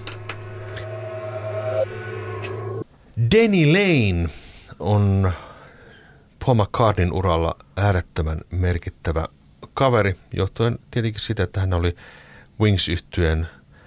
Denny Laine on Paul McCartneyn uralla äärettömän merkittävä kaveri, johtuen tietenkin sitä, että hän oli Wings-yhtyeen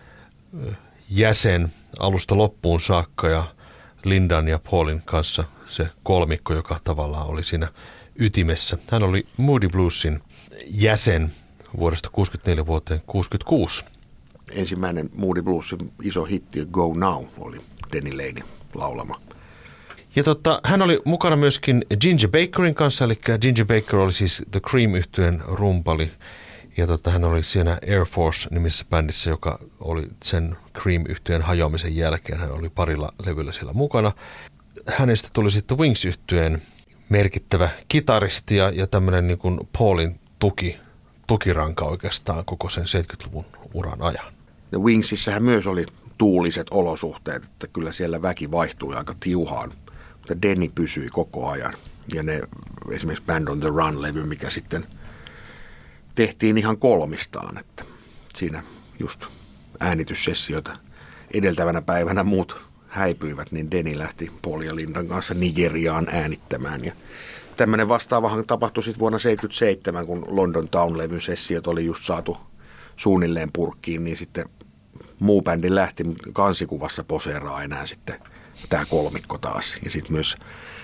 jäsen alusta loppuun saakka ja Lindan ja Paulin kanssa se kolmikko, joka tavallaan oli siinä ytimessä. Hän oli Moody Bluesin jäsen vuodesta 1964 vuoteen 1966. Ensimmäinen Moody Bluesin iso hitti Go Now oli Denny Laine laulama. Ja hän oli mukana myöskin Ginger Bakerin kanssa, eli Ginger Baker oli siis The Cream-yhtyeen rumpali. Ja hän oli siinä Air Force-nimisessä bändissä, joka oli sen Cream-yhtyeen hajoamisen jälkeen. Hän oli parilla levyllä siellä mukana. Hänestä tuli sitten Wings-yhtyeen merkittävä kitaristi ja tämmöinen niin kuin Paulin tukiranka oikeastaan koko sen 70-luvun uran ajan. Ja Wingsissähän myös oli tuuliset olosuhteet, että kyllä siellä väki vaihtui aika tiuhaan, mutta Denny pysyi koko ajan. Ja ne esimerkiksi Band on the Run-levy, mikä sitten tehtiin ihan kolmistaan, että siinä just äänityssessioita edeltävänä päivänä muut häipyivät, niin Denny lähti Paul ja Lindan kanssa Nigeriaan äänittämään. Ja tämmöinen vastaavahan tapahtui sitten vuonna 1977, kun London Town-levyn sessiot oli just saatu suunnilleen purkkiin, niin sitten muu bändi lähti, kansikuvassa poseeraa enää sitten tämä kolmikko taas. Ja sitten myös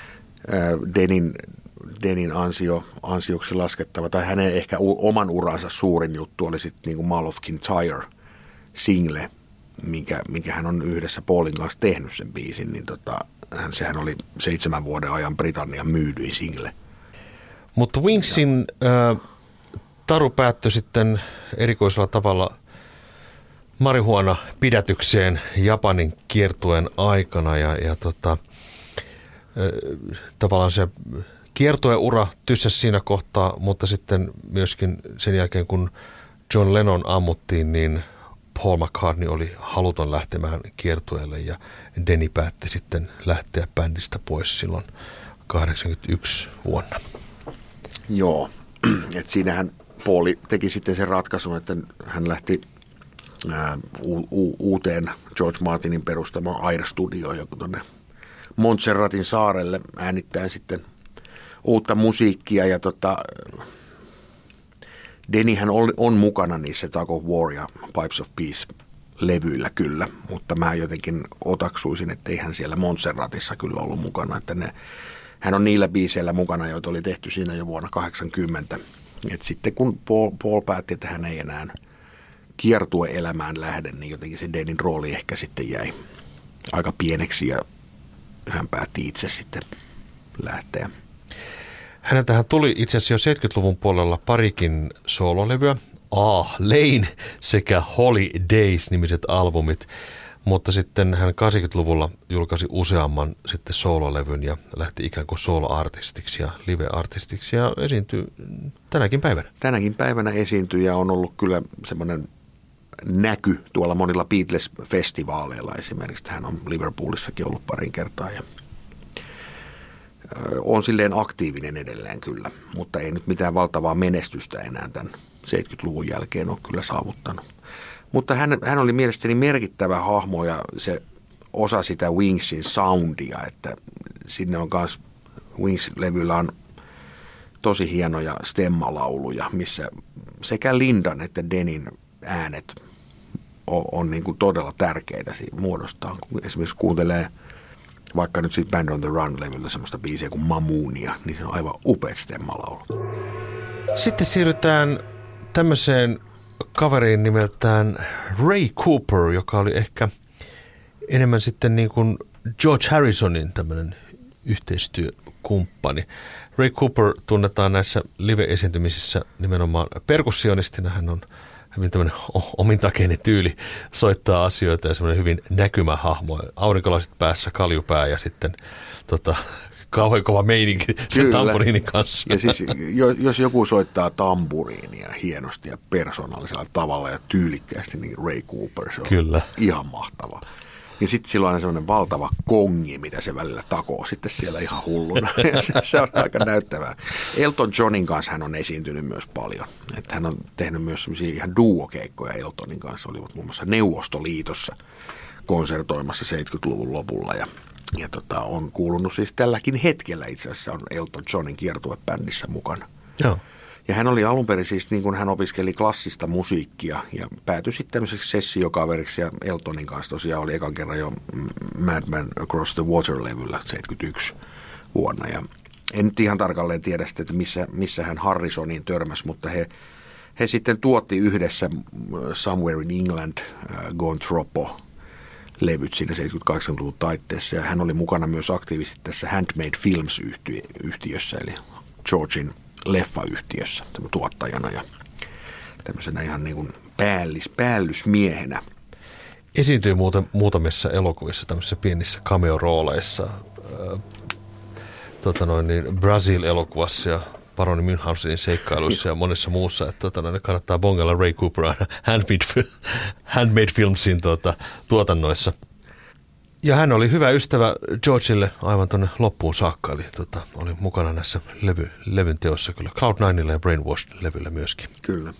Dennin ansioksi laskettava, tai hänen ehkä oman uransa suurin juttu oli sitten niin kuin Mall of Kintyre single, minkä hän on yhdessä Paulin kanssa tehnyt sen biisin, niin sehän oli 7 vuoden ajan Britannian myydyin single. Mutta Wingsin taru päättyi sitten erikoisella tavalla marihuana-pidätykseen Japanin kiertueen aikana ja tavallaan se kiertueura tyssäsi siinä kohtaa, mutta sitten myöskin sen jälkeen kun John Lennon ammuttiin, niin Paul McCartney oli haluton lähtemään kiertueelle ja Denny päätti sitten lähteä bändistä pois silloin 1981 vuonna. Joo, että siinähän Paul teki sitten sen ratkaisun, että hän lähti uuteen George Martinin perustamaan Air-studioon joku tuonne Montserratin saarelle äänittäen sitten uutta musiikkia ja Dennyhän on mukana niissä Tug of War ja Pipes of Peace-levyillä kyllä, mutta mä jotenkin otaksuisin, että ei hän siellä Montserratissa kyllä ollut mukana, että hän on niillä biiseillä mukana, joita oli tehty siinä jo vuonna 1980. Et sitten kun Paul päätti, että hän ei enää kiertueelämään lähde, niin jotenkin se Dennyn rooli ehkä sitten jäi aika pieneksi ja hän päätti itse sitten lähteä. Häneltähän tuli itse asiassa jo 70-luvun puolella parikin soololevyä, Laine sekä Holidays-nimiset albumit, mutta sitten hän 80-luvulla julkaisi useamman sitten soololevyn ja lähti ikään kuin sooloartistiksi ja live-artistiksi ja esiintyy tänäkin päivänä. Tänäkin päivänä esiintyy ja on ollut kyllä semmoinen näky tuolla monilla Beatles-festivaaleilla esimerkiksi. Hän on Liverpoolissakin ollut parin kertaa ja on silleen aktiivinen edelleen kyllä, mutta ei nyt mitään valtavaa menestystä enää tämän 70-luvun jälkeen ole kyllä saavuttanut. Mutta hän oli mielestäni merkittävä hahmo ja se osa sitä Wingsin soundia, että sinne on myös Wings-levyllä on tosi hienoja stemmalauluja, missä sekä Lindan että Dennyn äänet on niin kuin todella tärkeitä siinä muodostaan. Kun esimerkiksi kuuntelee vaikka nyt sitten Band on the Run-levyllä semmoista biisiä kuin Mamoonia, niin se on aivan upeat stemmalaulut. Sitten siirrytään tämmöiseen kaveriin nimeltään Ray Cooper, joka oli ehkä enemmän sitten niin kuin George Harrisonin tämmöinen yhteistyökumppani. Ray Cooper tunnetaan näissä live-esiintymisissä nimenomaan perkussionistina. Hän on hyvin tämmöinen omintakeinen tyyli soittaa asioita ja semmoinen hyvin näkymähahmo. Aurinkolasit päässä, kaljupää ja sitten kauhean kova meininki sen tamburiinin kanssa. Ja siis, jos joku soittaa tamburiinia hienosti ja persoonallisella tavalla ja tyylikkäästi, niin Ray Cooper, se on Kyllä. ihan mahtava. Ja sitten sillä on aina semmoinen valtava kongi, mitä se välillä takoo sitten siellä ihan hulluna. Se on aika näyttävää. Elton Johnin kanssa hän on esiintynyt myös paljon. Että hän on tehnyt myös semmoisia ihan duokeikkoja Eltonin kanssa. Olivat muun muassa Neuvostoliitossa konsertoimassa 70-luvun lopulla. Ja on kuulunut siis tälläkin hetkellä itse asiassa on Elton Johnin kiertuebändissä mukana. Joo. Ja hän oli alun perin siis, niin kuin hän opiskeli klassista musiikkia ja päätyi sitten tämmöiseksi sessiokaveriksi ja Eltonin kanssa tosiaan oli ekan kerran jo Madman Across the Water-levyllä 71 vuonna. Ja en nyt ihan tarkalleen tiedä sitten, että missä hän Harrisoniin törmäsi, mutta he sitten tuotti yhdessä Somewhere in England, Gone Troppo levyt siinä 78-luvun taitteessa ja hän oli mukana myös aktiivisesti tässä Handmade Films-yhtiössä eli Georgin leffayhtiössä tuottajana ja tämmöisenä ihan niin kuin päällysmiehenä. Esiintyy muutamissa elokuvissa tämmöisissä pienissä cameo-rooleissa. Brasil-elokuvassa ja Paroni Münchhausenin seikkailuissa ja monessa muussa. Että kannattaa bongella Ray Cooper aina Handmade Filmsin tuotannoissa. Ja hän oli hyvä ystävä Georgeille aivan tuonne loppuun saakka, eli oli mukana näissä levyn teossa kyllä. Cloud9 ja Brainwashed-levyllä myöskin. Kyllä.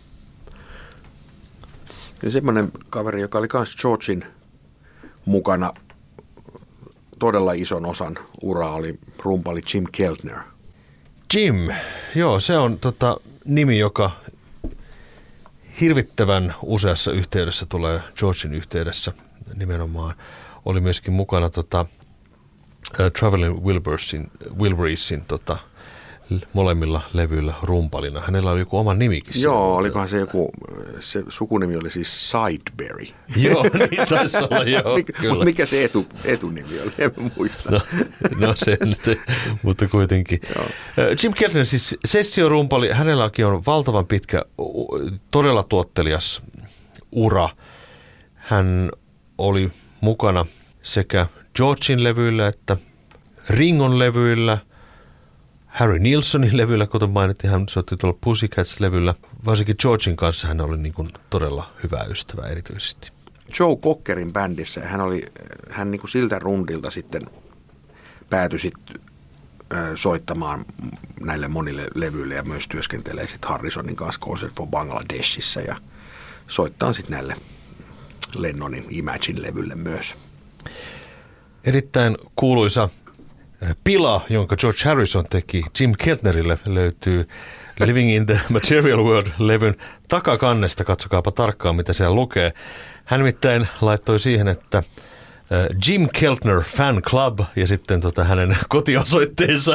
Ja semmoinen kaveri, joka oli myös Georgein mukana todella ison osan uraa, oli rumpali Jim Keltner. Jim, joo, se on nimi, joka hirvittävän useassa yhteydessä tulee Georgein yhteydessä nimenomaan. Oli myöskin mukana Traveling Wilburyisin molemmilla levyillä rumpalina. Hänellä oli joku oma nimikin. Joo, olikohan se sukunimi oli siis Sideberry. Joo, niin taisi olla, joo. Mikä se etunimi oli, en muista. No se nyt, mutta kuitenkin. Jim Keltner, siis sessiorumpali, hänelläkin on valtavan pitkä, todella tuottelias ura. Hän oli mukana sekä Georgein levyillä että Ringon levyillä, Harry Nilssonin levyillä, kuten mainittiin, hän soitti tuolla Pussycats-levyllä. Varsinkin Georgein kanssa hän oli niin kuin todella hyvä ystävä erityisesti. Joe Cockerin bändissä, hän niin kuin siltä rundilta sitten päätyi soittamaan näille monille levyille ja myös työskentelee sitten Harrisonin kanssa Concert for Bangladeshissa ja soittaa sitten näille Lennonin Imagine-levylle myös. Erittäin kuuluisa pila, jonka George Harrison teki Jim Keltnerille, löytyy Living in the Material World-levyn takakannesta. Katsokaapa tarkkaan, mitä siellä lukee. Hän nimittäin laittoi siihen, että Jim Keltner Fan Club ja sitten hänen kotiosoitteensa.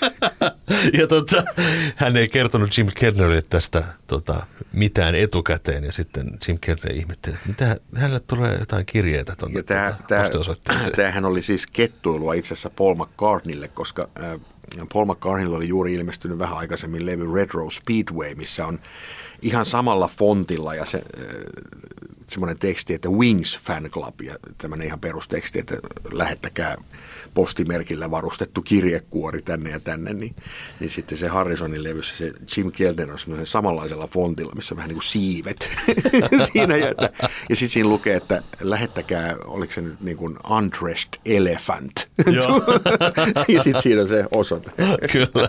Ja hän ei kertonut Jim Keltnerille tästä mitään etukäteen ja sitten Jim Keltner ihmetteli, että mitä hänelle tulee jotain kirjeitä tuonne kotiosoitteeseen. Tämähän oli siis kettuilua itse asiassa Paul McCartneylle, koska Paul McCartneylle oli juuri ilmestynyt vähän aikaisemmin levy Retro Speedway, missä on ihan samalla fontilla ja semmoinen teksti, että Wings Fan Club ja tämmöinen ihan perusteksti, että lähettäkää postimerkillä varustettu kirjekuori tänne ja tänne, niin sitten se Harrisonin levyssä se Jim Keltner on semmoinen samanlaisella fontilla, missä on vähän niin kuin siivet siinä. Ja sitten siinä lukee, että lähettäkää, oliko se nyt niin kuin Undressed Elephant. Ja sitten siinä on se osoite. Kyllä.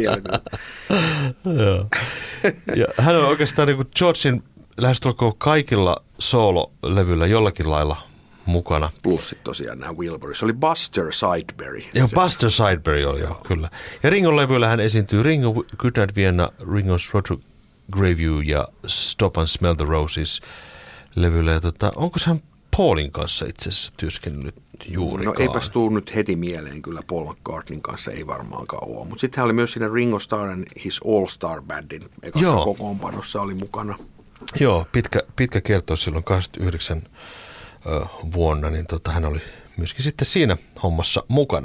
Ja hän on oikeastaan niin kuin Georgein lähestulkoon kaikilla soololevyillä jollakin lailla mukana. Plus sitten tosiaan nämä Wilburys. Se oli Buster Sideberry. Joo, Buster Sideberry oli, joo, kyllä. Ja Ringon levyillä hän esiintyy Ringo, Good Night Vienna, Ringo's Road to Graveview ja Stop and Smell the Roses levyillä. Ja onko hän Paulin kanssa itse asiassa työskennellyt nyt juurikaan? No eipäs tuu nyt heti mieleen, kyllä Paul McCartneyn kanssa ei varmaankaan ole. Mutta sitten hän oli myös siinä Ringo Starr and His All-Star Bandin ekassa kokoonpanossa oli mukana. Joo, pitkä kertoo silloin 29 vuonna, niin hän oli myöskin sitten siinä hommassa mukana.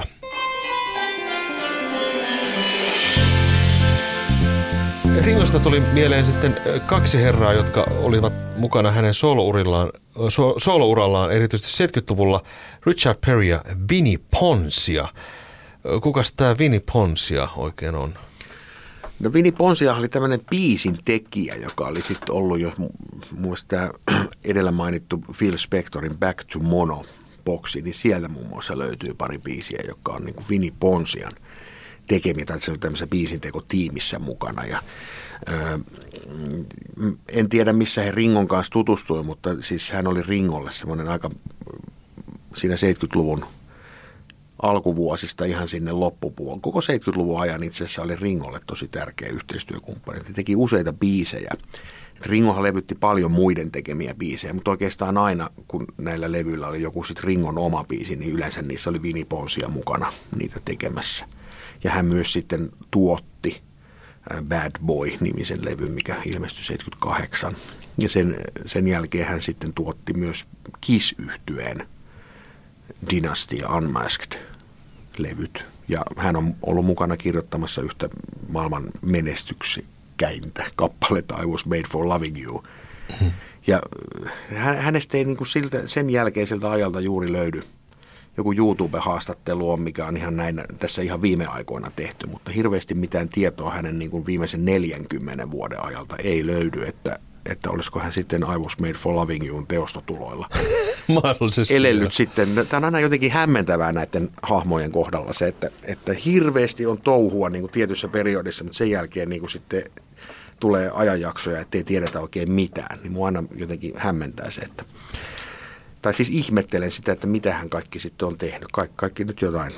Ringosta tuli mieleen sitten kaksi herraa, jotka olivat mukana hänen soolourallaan erityisesti 70-luvulla, Richard Perry ja Vinnie Ponsia. Kukas tämä Vinnie Ponsia oikein on? No Vinnie Ponsia oli tämmöinen biisin tekijä, joka oli sitten ollut jo muun muassa tämä edellä mainittu Phil Spectorin Back to Mono-boksi, niin sieltä muun muassa löytyy pari biisiä, joka on niin kuin Vinnie Ponsian tekemiä, tai se on tämmöisessä biisintekotiimissä mukana. Ja, en tiedä, missä he Ringon kanssa tutustui, mutta siis hän oli Ringolle semmoinen aika siinä 70-luvun alkuvuosista ihan sinne loppupuolelle. Koko 70-luvun ajan itse asiassa oli Ringolle tosi tärkeä yhteistyökumppani. He teki useita biisejä. Ringohan levytti paljon muiden tekemiä biisejä, mutta oikeastaan aina, kun näillä levyillä oli joku sit Ringon oma biisi, niin yleensä niissä oli Vinnie Ponsia mukana niitä tekemässä. Ja hän myös sitten tuotti Bad Boy-nimisen levyn, mikä ilmestyi 78. Ja sen jälkeen hän sitten tuotti myös Kiss-yhtyeen Dynasty Unmasked-levyt. Ja hän on ollut mukana kirjoittamassa yhtä maailman menestyksekkäintä kappaletta I Was Made for Loving You. Ja hänestä ei niin kuin sen jälkeiseltä ajalta juuri löydy. Joku YouTube-haastattelu on, mikä on ihan näin, tässä ihan viime aikoina tehty, mutta hirveästi mitään tietoa hänen niin kuin viimeisen 40 vuoden ajalta ei löydy, että olisiko hän sitten I Was Made for Loving You'n teostotuloilla. Mahdollisesti. Elellyt sitten. Tämä on aina jotenkin hämmentävää näiden hahmojen kohdalla se, että hirveästi on touhua niin kuin tietyssä periodissa, mutta sen jälkeen niin kuin sitten tulee ajanjaksoja, ettei tiedetä oikein mitään. Niin mua aina jotenkin hämmentää se, että tai siis ihmettelen sitä, että mitä hän kaikki sitten on tehnyt. Kaikki nyt jotain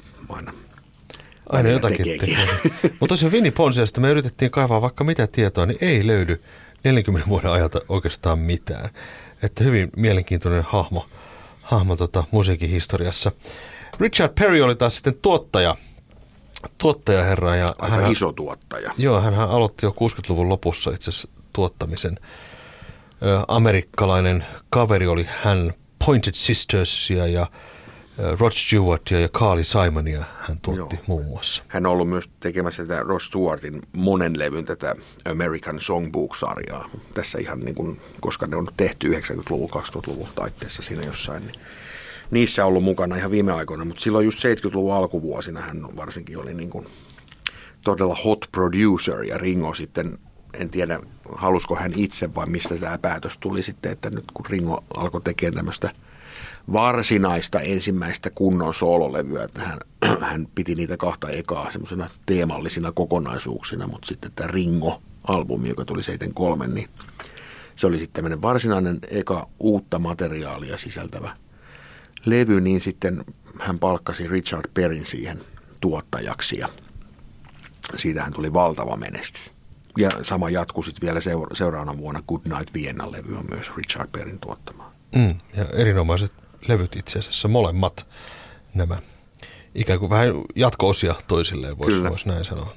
aina jotakin tekee. Mutta tosiaan Vinnie Ponsiasta me yritettiin kaivaa vaikka mitä tietoa, niin ei löydy 40 vuoden ajalta oikeastaan mitään. Että hyvin mielenkiintoinen hahmo musiikin historiassa. Richard Perry oli taas sitten tuottajaherra. Ja aika iso tuottaja. Joo, hän aloitti jo 60-luvun lopussa itse asiassa tuottamisen. Amerikkalainen kaveri oli hän, Pointed Sistersia ja Rod Stewartia ja Carly Simonia hän tuotti muun muassa. Hän on ollut myös tekemässä tätä Rod Stewartin monen levyn tätä American Songbook-sarjaa. Tässä ihan niin kuin, koska ne on tehty 90-luvun, 2000-luvun taitteessa siinä jossain, niin niissä on ollut mukana ihan viime aikoina, mutta silloin just 70-luvun alkuvuosina hän varsinkin oli niin kuin todella hot producer ja Ringo sitten, en tiedä halusko hän itse vai mistä tämä päätös tuli sitten, että nyt kun Ringo alkoi tekemään tämmöistä varsinaista ensimmäistä kunnon soololevyä, että hän piti niitä kahta ekaa semmoisena teemallisina kokonaisuuksina, mutta sitten tämä Ringo-albumi, joka tuli 73, niin se oli sitten tämmöinen varsinainen eka uutta materiaalia sisältävä levy, niin sitten hän palkkasi Richard Perryn siihen tuottajaksi ja siitähän tuli valtava menestys. Ja sama jatkui sitten vielä seuraavana vuonna Good Night Vienna-levy on myös Richard Perryn tuottama. Ja erinomaiset levyt itse asiassa molemmat nämä. Ikään kuin vähän jatko-osia toisilleen voisi näin sanoa.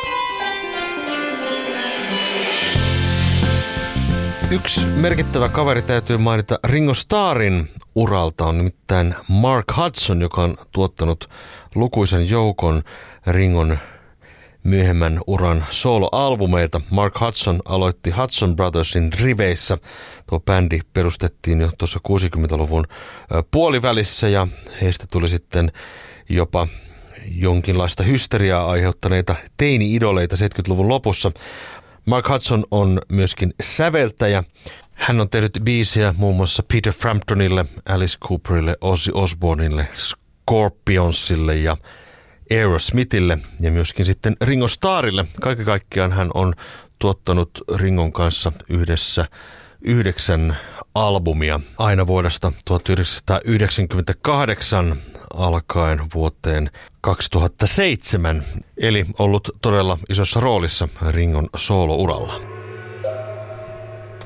Yksi merkittävä kaveri täytyy mainita Ringo Starrin uralta on nimittäin Mark Hudson, joka on tuottanut lukuisen joukon Ringon myöhemmän uran soloalbumeita. Mark Hudson aloitti Hudson Brothersin riveissä. Tuo bändi perustettiin jo tuossa 60-luvun puolivälissä ja heistä tuli sitten jopa jonkinlaista hysteriaa aiheuttaneita teini-idoleita 70-luvun lopussa. Mark Hudson on myöskin säveltäjä. Hän on tehnyt biisejä muun muassa Peter Framptonille, Alice Cooperille, Ozzy Osbourneille, Scorpionsille ja Aerosmithille ja myöskin sitten Ringo Starrille. Kaiken kaikkiaan hän on tuottanut Ringon kanssa yhdessä 9 albumia aina vuodesta 1998 alkaen vuoteen 2007, eli ollut todella isossa roolissa Ringon soolouralla.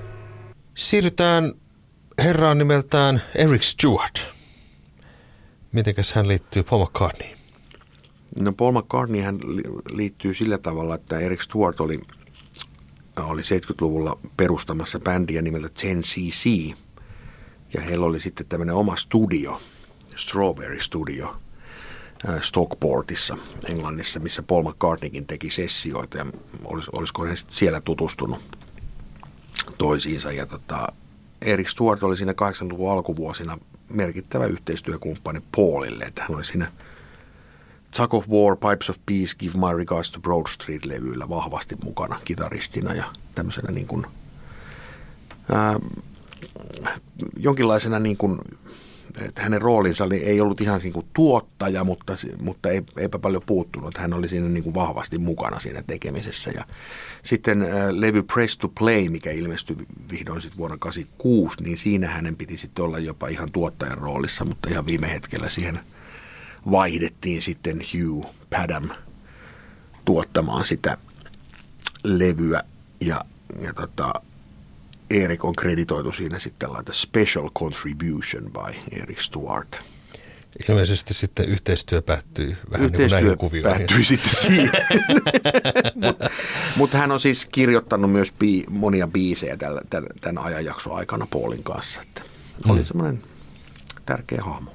Siirrytään herraan nimeltään Eric Stewart. mitenkäs hän liittyy Paul McCartneyin? No Paul McCartney hän liittyy sillä tavalla, että Eric Stewart oli 70-luvulla perustamassa bändiä nimeltä 10cc. Ja heillä oli sitten tämmöinen oma studio, Strawberry Studio, Stockportissa Englannissa, missä Paul McCartneykin teki sessioita. Ja olisiko he siellä tutustunut toisiinsa. Ja Eric Stewart oli siinä 80-luvun alkuvuosina merkittävä yhteistyökumppani Paulille. Että hän oli siinä Tug of War, Pipes of Peace, Give My Regards to Broad Street-levyillä vahvasti mukana kitaristina ja tämmöisenä niin kuin, jonkinlaisena niin kuin, että hänen roolinsa ei ollut ihan niin kuin tuottaja, mutta eipä paljon puuttunut. Hän oli siinä niin kuin vahvasti mukana siinä tekemisessä. Ja sitten levy Press to Play, mikä ilmestyi vihdoin sitten vuonna 1986, niin siinä hänen piti sitten olla jopa ihan tuottajan roolissa, mutta ihan viime hetkellä siihen vaihdettiin sitten Hugh Padgham tuottamaan sitä levyä ja Erik on kreditoitu siinä sitten laita Special Contribution by Eric Stewart. Ilmeisesti sitten yhteistyö päättyy vähän niin kuin näihin kuvioihin. Päättyy sitten siihen. Mutta hän on siis kirjoittanut myös monia biisejä tämän ajanjakson aikana Paulin kanssa. Että oli semmoinen tärkeä hahmo.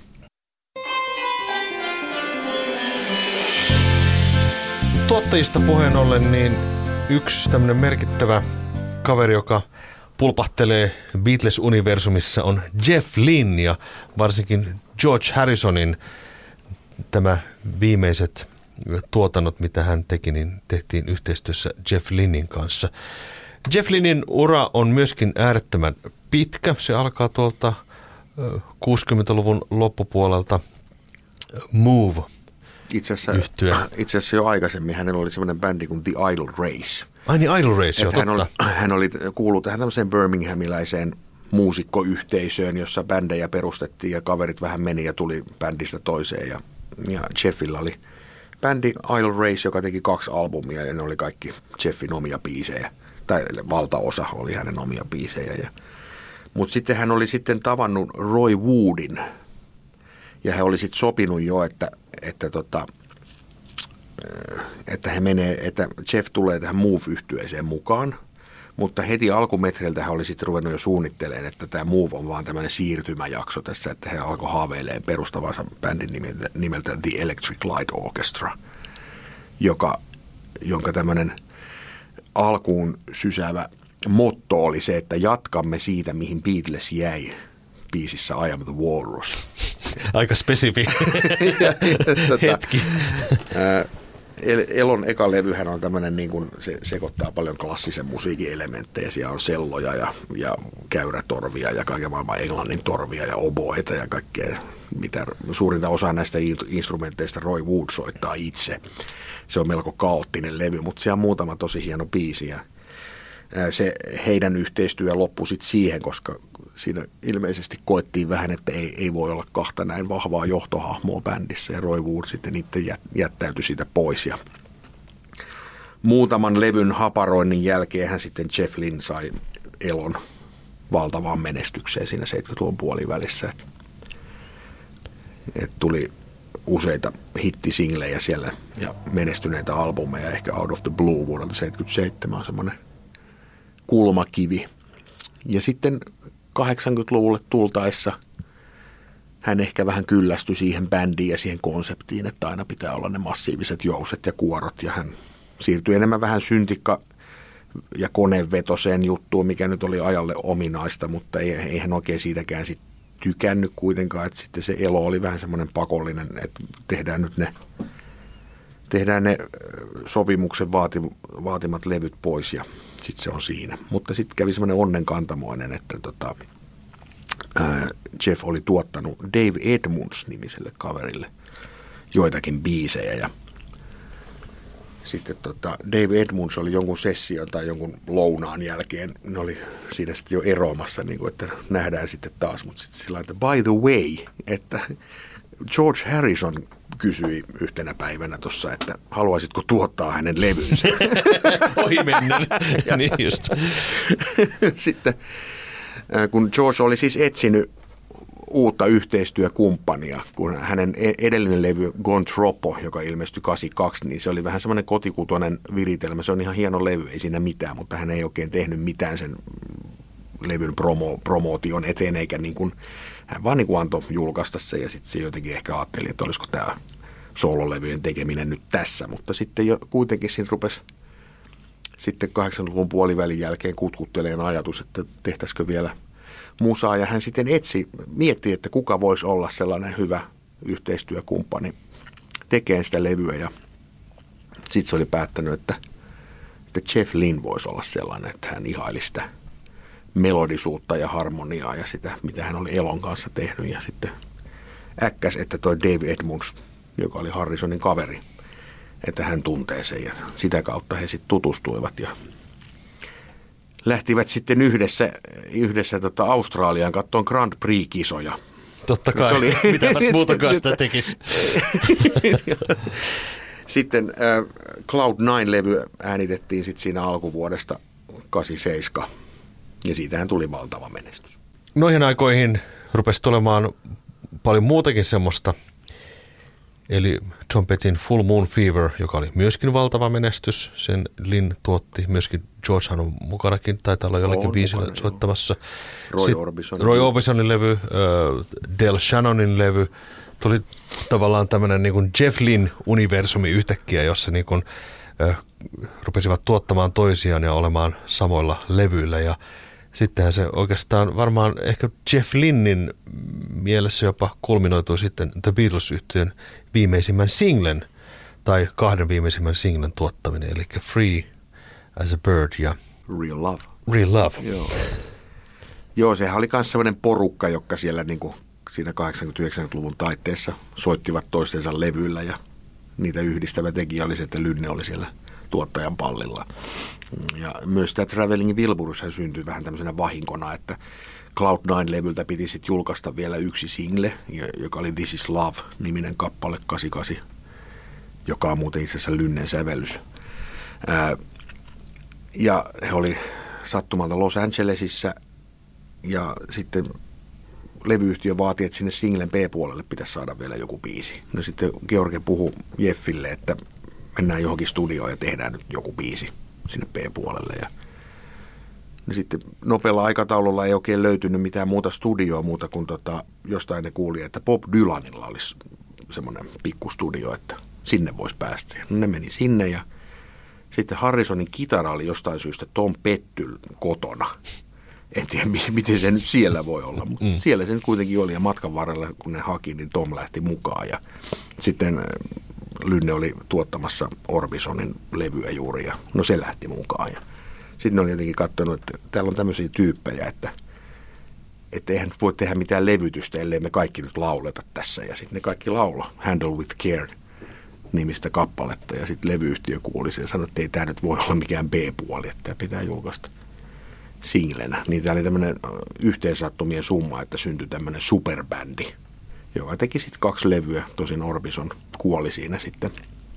Tuottajista puheen ollen, niin yksi tämmöinen merkittävä kaveri, joka pulpahtelee Beatles-universumissa on Jeff Lynne ja varsinkin George Harrisonin tämä viimeiset tuotannot, mitä hän teki, niin tehtiin yhteistyössä Jeff Lynnin kanssa. Jeff Lynnin ura on myöskin äärettömän pitkä. Se alkaa tuolta 60-luvun loppupuolelta Move. Itse asiassa jo aikaisemmin hänellä oli semmoinen bändi kuin The Idle Race. Ai niin, Idle Race, joo, totta. Hän oli kuullut tähän tämmöiseen birminghamiläiseen muusikkoyhteisöön, jossa bändejä perustettiin ja kaverit vähän meni ja tuli bändistä toiseen. Ja Jeffillä oli bändi Idle Race, joka teki 2 albumia ja ne oli kaikki Jeffin omia biisejä. Tai valtaosa oli hänen omia biisejä. Mutta sitten hän oli sitten tavannut Roy Woodin ja he oli sitten sopinut jo, että Jeff tulee tähän Move-yhtyeeseen mukaan, mutta heti alkumetreiltä hän oli sitten ruvennut jo suunnittelemaan, että tämä Move on vaan tämmöinen siirtymäjakso tässä, että he alkoi haaveilemaan perustavansa bändin nimeltä The Electric Light Orchestra, jonka tämmöinen alkuun sysäävä motto oli se, että jatkamme siitä, mihin Beatles jäi biisissä I Am the Walrus. Aika spesifi hetki. Elon eka levyhän on tämmöinen, niin kuin se sekoittaa paljon klassisen musiikin elementtejä. Siellä on selloja ja käyrätorvia ja kaiken maailman englannin torvia ja oboeita ja kaikkea, mitä suurinta osa näistä instrumenteista Roy Wood soittaa itse. Se on melko kaoottinen levy, mutta siellä on muutama tosi hieno biisi ja se heidän yhteistyö loppui sitten siihen, koska siinä ilmeisesti koettiin vähän, että ei voi olla 2 näin vahvaa johtohahmoa bändissä ja Roy Wood sitten itse jättäytyi siitä pois ja muutaman levyn haparoinnin jälkeen hän sitten Jeff Lynne sai Elon valtavaan menestykseen siinä 70-luvun puolivälissä. Et tuli useita hittisinglejä siellä ja menestyneitä albumeja, ehkä Out of the Blue vuodelta 1977 on semmoinen kulmakivi. Ja sitten 80-luvulle tultaessa hän ehkä vähän kyllästyi siihen bändiin ja siihen konseptiin, että aina pitää olla ne massiiviset jouset ja kuorot. Ja hän siirtyi enemmän vähän syntikka- ja konevetoiseen juttuun, mikä nyt oli ajalle ominaista, mutta ei hän oikein siitäkään sit tykännyt kuitenkaan. Että sitten se elo oli vähän semmoinen pakollinen, että tehdään ne sopimuksen vaatimat levyt pois ja sitten se on siinä. Mutta sitten kävi semmoinen onnenkantamoinen, että Jeff oli tuottanut Dave Edmunds-nimiselle kaverille joitakin biisejä ja sitten Dave Edmunds oli jonkun session tai jonkun lounaan jälkeen, ne oli siinä sitten jo eroamassa, niin kuin, että nähdään sitten taas, mutta sitten sillä että by the way, että George Harrison kysyi yhtenä päivänä tuossa, että haluaisitko tuottaa hänen levynsä? Ohi mennään, niin just. Sitten kun George oli siis etsinyt uutta yhteistyökumppania, kun hänen edellinen levy Gone Troppo, joka ilmestyi 82, niin se oli vähän semmoinen kotikutoinen viritelmä. Se on ihan hieno levy, ei siinä mitään, mutta hän ei oikein tehnyt mitään sen levyn promootion eteen, eikä niin kuin, hän vaan niin kuin antoi julkaista se, ja sitten se jotenkin ehkä ajatteli, että olisiko tämä soololevyjen tekeminen nyt tässä, mutta sitten jo kuitenkin siinä rupesi sitten 80-luvun puolivälin jälkeen kutkutteleen ajatus, että tehtäisikö vielä musaa, ja hän sitten mietti, että kuka voisi olla sellainen hyvä yhteistyökumppani tekemään sitä levyä, ja sitten se oli päättänyt, että Jeff Lynne voisi olla sellainen, että hän ihaili sitä melodisuutta ja harmoniaa ja sitä, mitä hän oli Elon kanssa tehnyt, ja sitten äkkäs, että toi Dave Edmunds, joka oli Harrisonin kaveri, että hän tuntee sen, ja sitä kautta he sitten tutustuivat ja lähtivät sitten yhdessä Australiaan katsomaan Grand Prix-kisoja. Totta kai, mitäpäs muutakaan sitä tekisi. Sitten Cloud9-levy äänitettiin sitten siinä alkuvuodesta 87, ja siitähän tuli valtava menestys. Noihin aikoihin rupesi tulemaan paljon muutakin semmoista, eli Tom Pettin Full Moon Fever, joka oli myöskin valtava menestys. Sen Lynne tuotti, myöskin Georgehan on mukanakin, taitaa olla jollakin biisillä soittamassa. Roy Orbisonin levy, Del Shannonin levy. Tuli tavallaan tämmöinen niin kuin Jeff Lynne-universumi yhtäkkiä, jossa niin kuin, rupesivat tuottamaan toisiaan ja olemaan samoilla levyillä. Ja sittenhän se oikeastaan varmaan ehkä Jeff Lynnin mielessä jopa kulminoitui sitten The Beatles-yhtyeen viimeisimmän singlen tai 2 viimeisimmän singlen tuottaminen, eli Free as a Bird ja Real Love. Real Love. Joo, sehän oli myös sellainen porukka, joka siellä niin kuin siinä 80-90-luvun taitteessa soittivat toistensa levyillä, ja niitä yhdistävä tekijä oli se, että Lynne oli siellä tuottajan pallilla. Ja myös tämä Traveling Wilburys syntyi vähän tämmöisenä vahinkona, että Cloud9-levyltä piti sitten julkaista vielä yksi single, joka oli This is Love-niminen kappale 88, joka on muuten itse asiassa Lynnen sävellys. Ja he oli sattumalta Los Angelesissa, ja sitten levyyhtiö vaati, että sinne singlen B-puolelle pitäisi saada vielä joku biisi. No sitten George puhui Jeffille, että mennään johonkin studioon ja tehdään nyt joku biisi sinne B-puolelle. Ja sitten nopealla aikataululla ei oikein löytynyt mitään muuta studioa muuta kuin jostain ne kuuli, että Bob Dylanilla olisi semmoinen pikkustudio, että sinne voisi päästä. Ja ne meni sinne, ja sitten Harrisonin kitara oli jostain syystä Tom Petty kotona. En tiedä, miten se nyt siellä voi olla, mutta siellä se nyt kuitenkin oli, ja matkan varrella, kun ne haki, niin Tom lähti mukaan, ja sitten Lynne oli tuottamassa Orbisonin levyä juuri, ja no se lähti mukaan, ja sitten ne oli jotenkin katsonut, että täällä on tämmöisiä tyyppejä, että eihän voi tehdä mitään levytystä, ellei me kaikki nyt lauleta tässä, ja sitten ne kaikki laula Handle with Care -nimistä kappaletta, ja sitten levyyhtiö kuuli sen ja sanoi, että ei tämä nyt voi olla mikään B-puoli, että tämä pitää julkaista singlenä. Niin tämä oli tämmöinen yhteensattumien summa, että syntyi tämmöinen superbändi, joka teki sitten 2 levyä. Tosin Orbison kuoli siinä sitten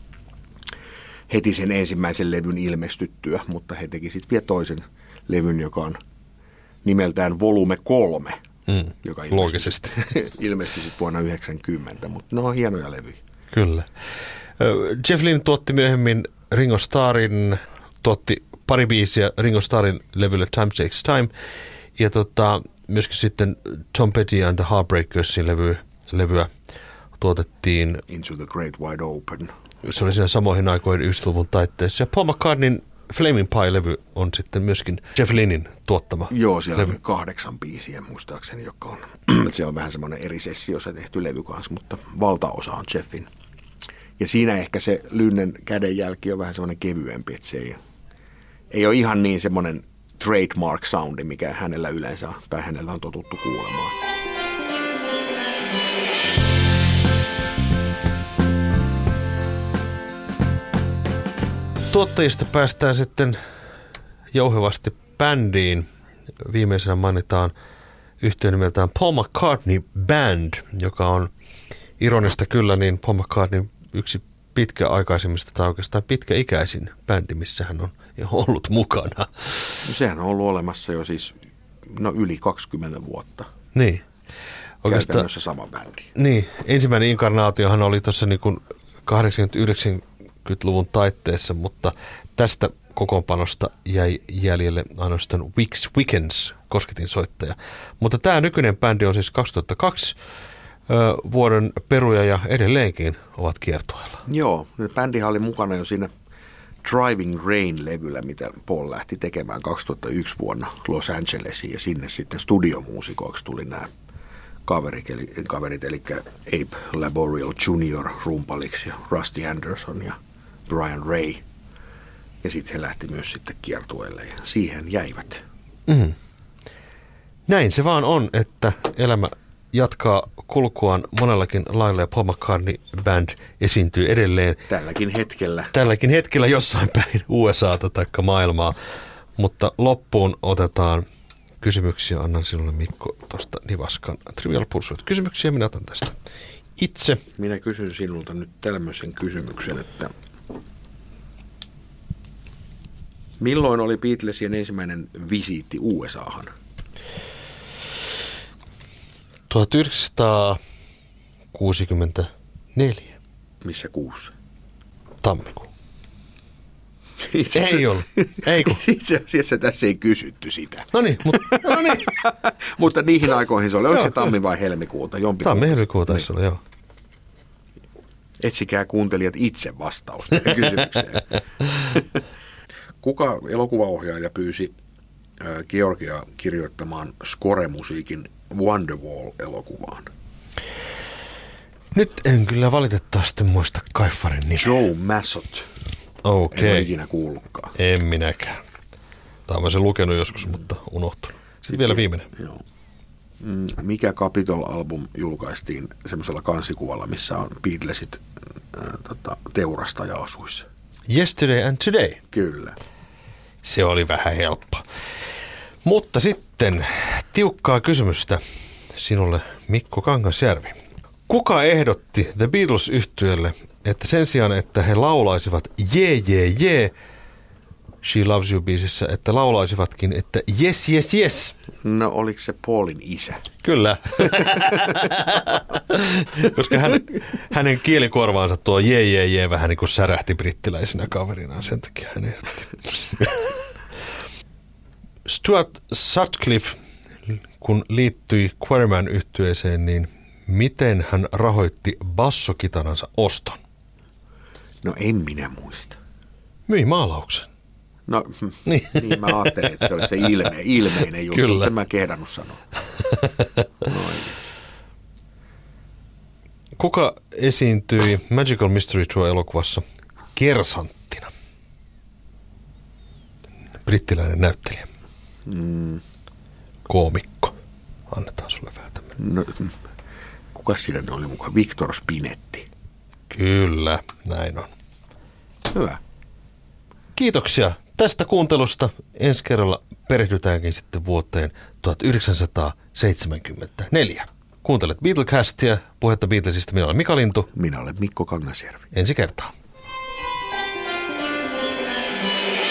heti sen ensimmäisen levyn ilmestyttyä, mutta he teki sitten vielä toisen levyn, joka on nimeltään Volume 3, joka ilmestyi sitten vuonna 1990, mutta ne on hienoja levyjä. Kyllä. Jeff Lynne tuotti myöhemmin Ringo Starrin, tuotti pari biisiä Ringo Starrin levylle Time Takes Time, ja myöskin sitten Tom Petty and the Heartbreakersin levyä tuotettiin Into the Great Wide Open. Se oli siinä samoihin aikoihin 90-luvun taitteessa. Ja Paul McCartneyn Flaming Pie-levy on sitten myöskin Jeff Lynnin tuottama. Joo, siellä on 8 biisiä muistaakseni, joka on, se on vähän semmoinen eri sessiossa tehty levy kanssa, mutta valtaosa on Jeffin. Ja siinä ehkä se Lynnen kädenjälki on vähän semmoinen kevyempi, että se ei ole ihan niin semmoinen trademark soundi, mikä hänellä yleensä tai hänellä on totuttu kuulemaan. Tuottajista päästään sitten jouhevasti bändiin. Viimeisenä mainitaan yhtiön nimeltään Paul McCartney Band, joka on ironista kyllä niin Paul McCartney yksi pitkäaikaisimmista tai oikeastaan pitkäikäisin bändi, missä hän on ollut mukana. No, sehän on ollut olemassa jo siis yli 20 vuotta. Niin. käytännössä sama bändi. Niin, ensimmäinen inkarnaatiohan oli tuossa niin kuin 80-90-luvun taitteessa, mutta tästä kokoonpanosta jäi jäljelle ainoastaan Wix Wickens kosketinsoittaja. Mutta tämä nykyinen bändi on siis 2002 vuoden peruja ja edelleenkin ovat kiertueella. Joo, bändihän oli mukana jo siinä Driving Rain-levyllä, mitä Paul lähti tekemään 2001 vuonna Los Angelesiin, ja sinne sitten studiomuusikoiksi tuli nämä kaverit, eli Abe Laboriel Jr. rumpaliksi ja Rusty Anderson ja Brian Ray. Ja sitten he lähti myös sitten kiertueelle ja siihen jäivät. Mm-hmm. Näin se vaan on, että elämä jatkaa kulkuaan monellakin lailla ja Paul McCartney Band esiintyy edelleen. Tälläkin hetkellä jossain päin USAta tai maailmaa. Mutta loppuun otetaan kysymyksiä. Annan sinulle, Mikko, tuosta Nivaskan Trivial Pursuit kysymyksiä. Minä otan tästä itse. Minä kysyn sinulta nyt tämmöisen kysymyksen, että milloin oli Beatlesien ensimmäinen visiitti USAhan? 1964. Missä kuussa? Tammikuu. Ei ollut. Ei kun. Itse asiassa tässä ei kysytty sitä. No niin. Mutta niihin aikoihin se oli. Oliko se tammi vai helmikuuta? Tammi-helmikuuta taisi olla, joo. Etsikää kuuntelijat itse vastausta kysymykseen. Kuka elokuvaohjaaja pyysi Georgia kirjoittamaan score-musiikin Wonderwall-elokuvaan? Nyt en kyllä valitettavasti muista kaifarin nimeä. Joe Massot. Okei. En ole ikinä kuullutkaan. En minäkään. Tämä on sen lukenut joskus, mutta unohtunut. Sitten vielä viimeinen. Joo. Mikä Capitol-album julkaistiin semmoisella kansikuvalla, missä on Beatlesit teurastaja-asuissa? Yesterday and Today. Kyllä. Se oli vähän helppo. Mutta sitten tiukkaa kysymystä sinulle, Mikko Kangasjärvi. Kuka ehdotti The Beatles-yhtyeelle, että sen sijaan, että he laulaisivat jee, jee, jee, She Loves You-biisissä, että laulaisivatkin, että yes, yes, yes? No, oliko se Paulin isä? Kyllä. Koska hänen kielikorvaansa tuo jee, jee, jee vähän niin kuin särähti brittiläisenä kaverinaan, sen takia hän ehdotti. Stuart Sutcliffe, kun liittyi Quarrymen-yhtyeeseen, niin miten hän rahoitti bassokitaransa oston? No en minä muista. Myi maalauksen. No niin mä ajattelin, että se oli se ilmeinen juttu. Kyllä. En mä kehdannut sanoa. Kuka esiintyi Magical Mystery Tour-elokuvassa kersanttina? Brittiläinen näyttelijä. Koomikko. Annetaan sulle vähän tämmöinen. No, kuka siinä oli mukaan? Victor Spinetti. Kyllä, näin on. Hyvä. Kiitoksia tästä kuuntelusta. Ensi kerralla perehdytäänkin sitten vuoteen 1974. Kuuntelet Beatlecastia, puhetta Beatlesista. Minä olen Mika Lintu. Minä olen Mikko Kangasjärvi. Ensi kertaa.